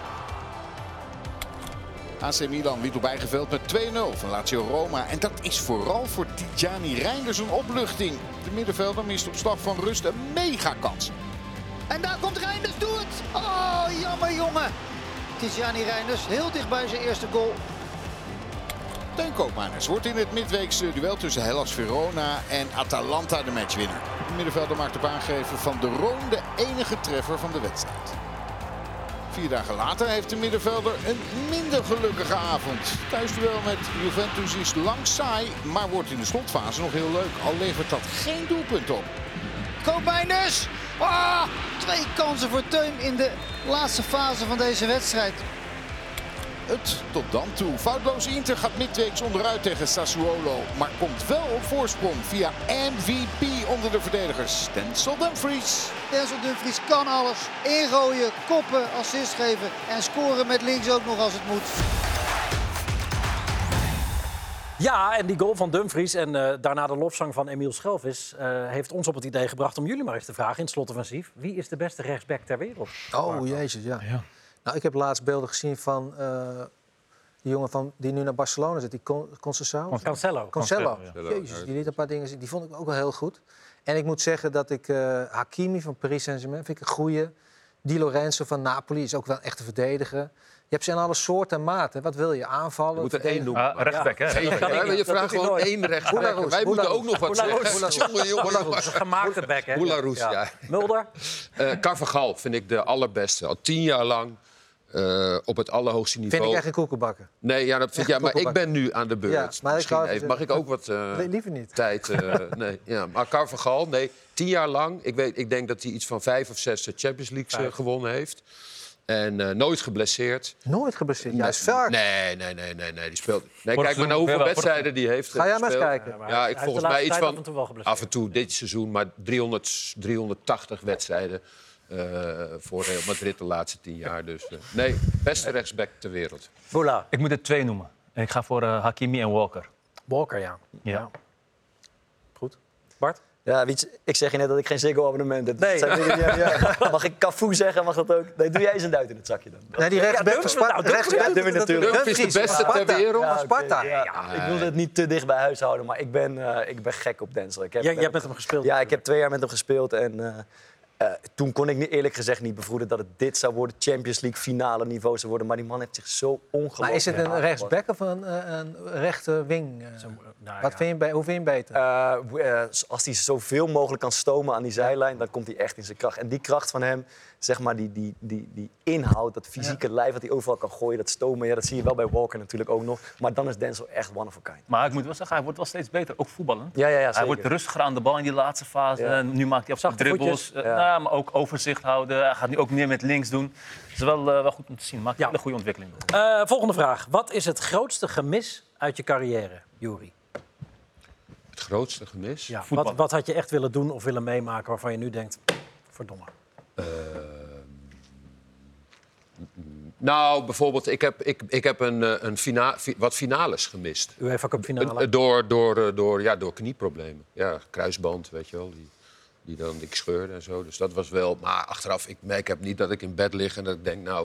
AC Milan wint op eigen veld met 2-0 van Lazio Roma. En dat is vooral voor Tijani Reinders een opluchting. De middenvelder mist op slag van rust een megakans. En daar komt Reinders, doe het! Oh, jammer jongen. Tijani Reinders heel dicht bij zijn eerste goal. Teun Koopmeiners wordt in het midweekse duel tussen Hellas Verona en Atalanta de matchwinnaar. De middenvelder maakt op aangeven van de Roon de enige treffer van de wedstrijd. 4 dagen later heeft de middenvelder een minder gelukkige avond. Thuisduel met Juventus is lang saai, maar wordt in de slotfase nog heel leuk. Al levert dat geen doelpunt op. Koopmeiners! 2 kansen voor Teun in de laatste fase van deze wedstrijd. Het tot dan toe. Foutloos Inter gaat midweeks onderuit tegen Sassuolo. Maar komt wel op voorsprong via MVP onder de verdedigers. Denzel Dumfries. Denzel Dumfries kan alles. Ingooien, koppen, assist geven en scoren met links ook nog als het moet. Ja, en die goal van Dumfries en daarna de lofzang van Emiel Schelvis... heeft ons op het idee gebracht om jullie maar eens te vragen in het slotoffensief. Wie is de beste rechtsback ter wereld? Oh, jezus, ja. Nou, ik heb laatst beelden gezien van die jongen die nu naar Barcelona zit. Die Cancelo. Cancelo. Jezus, die liet een paar dingen zien. Die vond ik ook wel heel goed. En ik moet zeggen dat ik Hakimi van Paris Saint-Germain vind ik een goeie. Di Lorenzo van Napoli is ook wel echt een verdediger. Je hebt ze in alle soorten en maten. Wat wil je? Aanvallen? Je moet er 1 doen. Rechtsback, hè? Je vraagt gewoon 1 rechtsback. Wij moeten ook nog wat zeggen. Jongen. Gemaakte back, hè? Boularoes, ja. Mulder? Carvajal vind ik de allerbeste. Al 10 jaar lang op het allerhoogste niveau. Vind ik echt een koekenbakker. Nee, ja, dat vind ik. Ja, maar ik ben nu aan de beurt. Ja, maar mag ik ook wat liever niet. tijd? Nee, ja. Maar Carvajal, 10 jaar lang. Ik denk dat hij iets van 5 of 6 Champions League gewonnen heeft. En nooit geblesseerd. Nooit geblesseerd? Juist vaak. Nee. Die speelt. Nee, kijk maar naar hoeveel wedstrijden die heeft. Ga jij maar eens kijken. Ja, ik volgens mij iets van af en toe dit seizoen, maar 380 wedstrijden voor Real Madrid de laatste 10 jaar. Dus nee, beste rechtsback ter wereld. Boula. Ik moet er 2 noemen. En ik ga voor Hakimi en Walker. Walker, ja. Goed. Bart? Ja, ik zeg je net dat ik geen Ziggo-abonnement heb. Nee. Mag ik Cafu zeggen? Mag dat ook? Nee, doe jij eens een duit in het zakje dan. Nee, die rechtsback van Sparta. Doen we natuurlijk. Dumfries is de beste ter wereld. Van Sparta. Ik wilde het niet te dicht bij huis houden, maar ik ben gek op Denzel. Jij hebt met hem gespeeld? Ja, ik heb 2 jaar met hem gespeeld. En toen kon ik eerlijk gezegd niet bevroeden dat het dit zou worden. Champions League finale niveau zou worden. Maar die man heeft zich zo ongelooflijk... Maar is het een rechtsback of een rechter wing? Hoe vind je hem beter? Als hij zoveel mogelijk kan stomen aan die zijlijn, dan komt hij echt in zijn kracht. En die kracht van hem, zeg maar, die inhoud, dat fysieke lijf dat hij overal kan gooien, dat stomen, ja, dat zie je wel bij Walker natuurlijk ook nog. Maar dan is Denzel echt one of a kind. Maar ik moet wel zeggen, hij wordt wel steeds beter, ook voetballen. Ja, zeker. Hij wordt rustiger aan de bal in die laatste fase. Ja. Nu maakt hij op dribbles, maar ook overzicht houden. Hij gaat nu ook meer met links doen. Het is wel goed om te zien. Maakt een hele goede ontwikkeling. Volgende vraag. Wat is het grootste gemis uit je carrière, Joeri? Het grootste gemis? Ja, wat had je echt willen doen of willen meemaken waarvan je nu denkt, verdomme? Nou, bijvoorbeeld, ik heb wat finales gemist. UEFA Cup finale? Door knieproblemen. Ja, kruisband, weet je wel, die dan ik scheurde en zo. Dus dat was wel... Maar achteraf, ik heb niet dat ik in bed lig en dat ik denk, nou...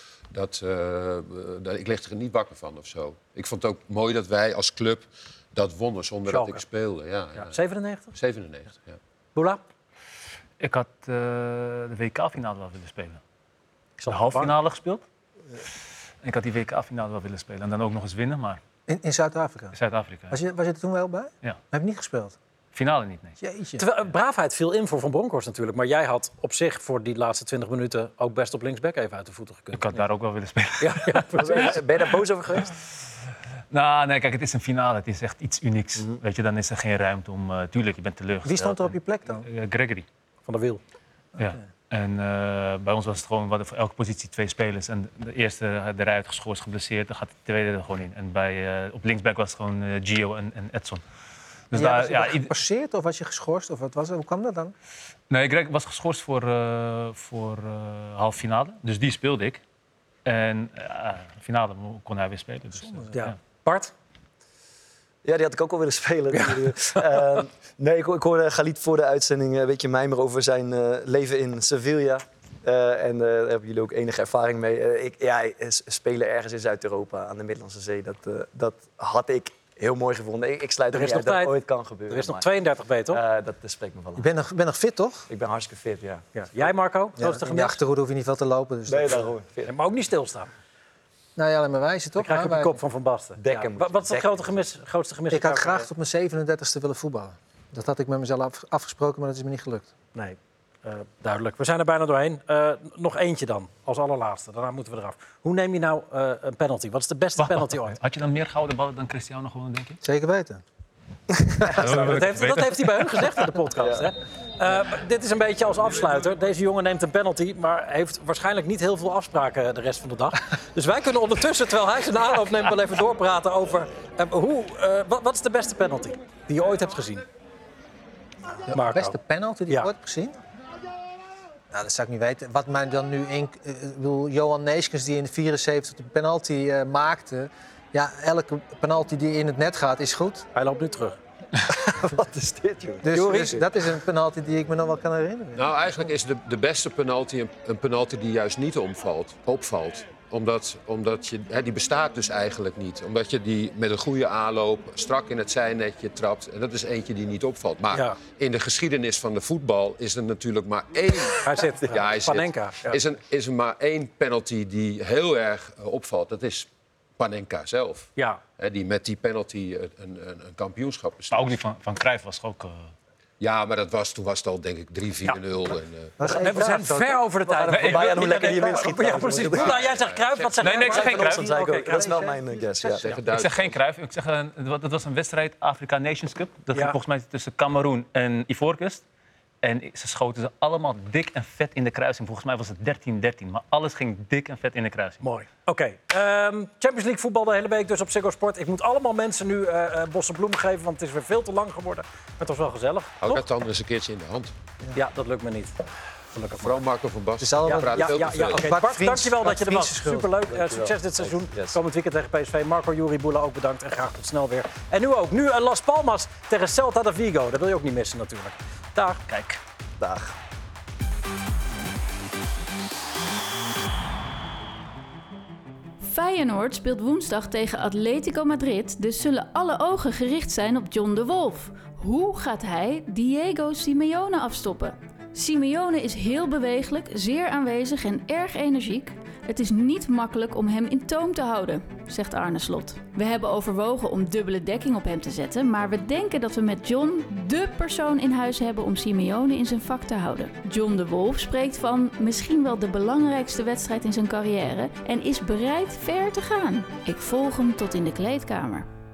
ik lig er niet wakker van of zo. Ik vond het ook mooi dat wij als club dat wonnen zonder dat ik speelde. Ja. 97? 97, ja. Boula? Ik had de WK-finale wel willen spelen. Ik had de halffinale gespeeld. En ik had die WK-finale wel willen spelen. En dan ook nog eens winnen, maar... In Zuid-Afrika? In Zuid-Afrika. Was je er toen wel bij? Ja. Heb je niet gespeeld? Finale niet, nee. Jeetje. Terwijl, braafheid viel in voor Van Bronckhorst natuurlijk. Maar jij had op zich voor die laatste 20 minuten ook best op linksback even uit de voeten gekund. Ik had daar ook wel willen spelen. Ben je daar boos over geweest? Nou, nee, kijk, het is een finale. Het is echt iets unieks. Weet je, dan is er geen ruimte om... tuurlijk, je bent teleurgesteld. Wie stond er op je plek dan? Gregory. Van der Wiel. Ja. En bij ons was het gewoon, we hadden voor elke positie 2 spelers. En de eerste eruit geschorst, geblesseerd, dan gaat de tweede er gewoon in. En op linksback was het gewoon Gio en Edson. Dus was je gepasseerd of was je geschorst? Of wat was het? Hoe kwam dat dan? Nee, Greg was geschorst voor halve finale. Dus die speelde ik. En finale kon hij weer spelen. Dus, Bart? Ja, die had ik ook al willen spelen. Nee, ik hoorde Galit voor de uitzending een beetje mijmeren over zijn leven in Sevilla. En daar hebben jullie ook enige ervaring mee. Spelen ergens in Zuid-Europa aan de Middellandse Zee, dat had ik heel mooi gevonden. Ik sluit er niet uit dat het ooit kan gebeuren. Er is nog 32 bij, toch? Dat spreekt me van af. Je bent nog fit, toch? Ik ben hartstikke fit, ja. Jij, Marco? In de achterhoede hoef je niet veel te lopen. Dus nee, daarom. Maar ook niet stilstaan. Nou ja, laat maar wijzen, toch? Dan krijg je op de kop van Van Basten. Wat is het grootste gemis? Ik had graag tot mijn 37e willen voetballen. Dat had ik met mezelf afgesproken, maar dat is me niet gelukt. Nee. Duidelijk. We zijn er bijna doorheen. Nog eentje dan, als allerlaatste. Daarna moeten we eraf. Hoe neem je nou een penalty? Wat is de beste penalty ooit? Had je dan meer gouden ballen dan Cristiano gewoon, denk je? Zeker weten. Dat heeft hij bij hun gezegd in de podcast. Hè? Dit is een beetje als afsluiter. Deze jongen neemt een penalty, maar heeft waarschijnlijk niet heel veel afspraken de rest van de dag. Dus wij kunnen ondertussen, terwijl hij zijn aanloop neemt, wel even doorpraten over wat is de beste penalty die je ooit hebt gezien? De beste penalty die ik ooit heb gezien? Nou, dat zou ik niet weten. Wat mij dan nu Johan Neeskens die in de 74 de penalty maakte. Ja, elke penalty die in het net gaat is goed. Hij loopt nu terug. Wat is dit, joh? Dus dat is een penalty die ik me nog wel kan herinneren. Nou, eigenlijk is de beste penalty een penalty die juist niet opvalt. Omdat die bestaat dus eigenlijk niet. Omdat je die met een goede aanloop strak in het zijnetje trapt. En dat is eentje die niet opvalt. Maar in de geschiedenis van de voetbal is er natuurlijk maar één... Panenka. Ja. Is er maar één penalty die heel erg opvalt. Dat is Panenka zelf. Ja. Die met die penalty een kampioenschap beslist. Maar ook die van Cruijff was ook... Ja, maar toen was het al, denk ik, 3-4-0. We zijn ver over de tijd. Hoe lekker je winst schiet. Ja, precies. Jij zegt Cruijff, wat zeg je? Nee, ik zeg geen Cruijff. Dat is wel mijn guess. Ik zeg geen Cruijff. Ik zeg, dat was een wedstrijd, Afrika Nations Cup. Dat ging volgens mij tussen Cameroen en Ivoorkust. En ze schoten ze allemaal dik en vet in de kruising. Volgens mij was het 13-13. Maar alles ging dik en vet in de kruising. Mooi. Oké. Champions League voetbal de hele week dus op Ziggo Sport. Ik moet allemaal mensen nu bossen bloemen geven, want het is weer veel te lang geworden. Maar het was wel gezellig. Hou dat dan eens een keertje in de hand. Ja, dat lukt me niet. Gelukkig. Vooral Marco van Basten. Bart, dankjewel dat je er was. Superleuk. Succes dit seizoen. Komend weekend tegen PSV. Marco, Juri, Boela ook bedankt. En graag tot snel weer. En nu ook. Nu Las Palmas tegen Celta de Vigo. Dat wil je ook niet missen natuurlijk. Dag. Kijk. Dag. Feyenoord speelt woensdag tegen Atletico Madrid, dus zullen alle ogen gericht zijn op John de Wolf. Hoe gaat hij Diego Simeone afstoppen? Simeone is heel bewegelijk, zeer aanwezig en erg energiek. Het is niet makkelijk om hem in toom te houden, zegt Arne Slot. We hebben overwogen om dubbele dekking op hem te zetten, maar we denken dat we met John dé persoon in huis hebben om Simeone in zijn vak te houden. John de Wolf spreekt van misschien wel de belangrijkste wedstrijd in zijn carrière en is bereid ver te gaan. Ik volg hem tot in de kleedkamer.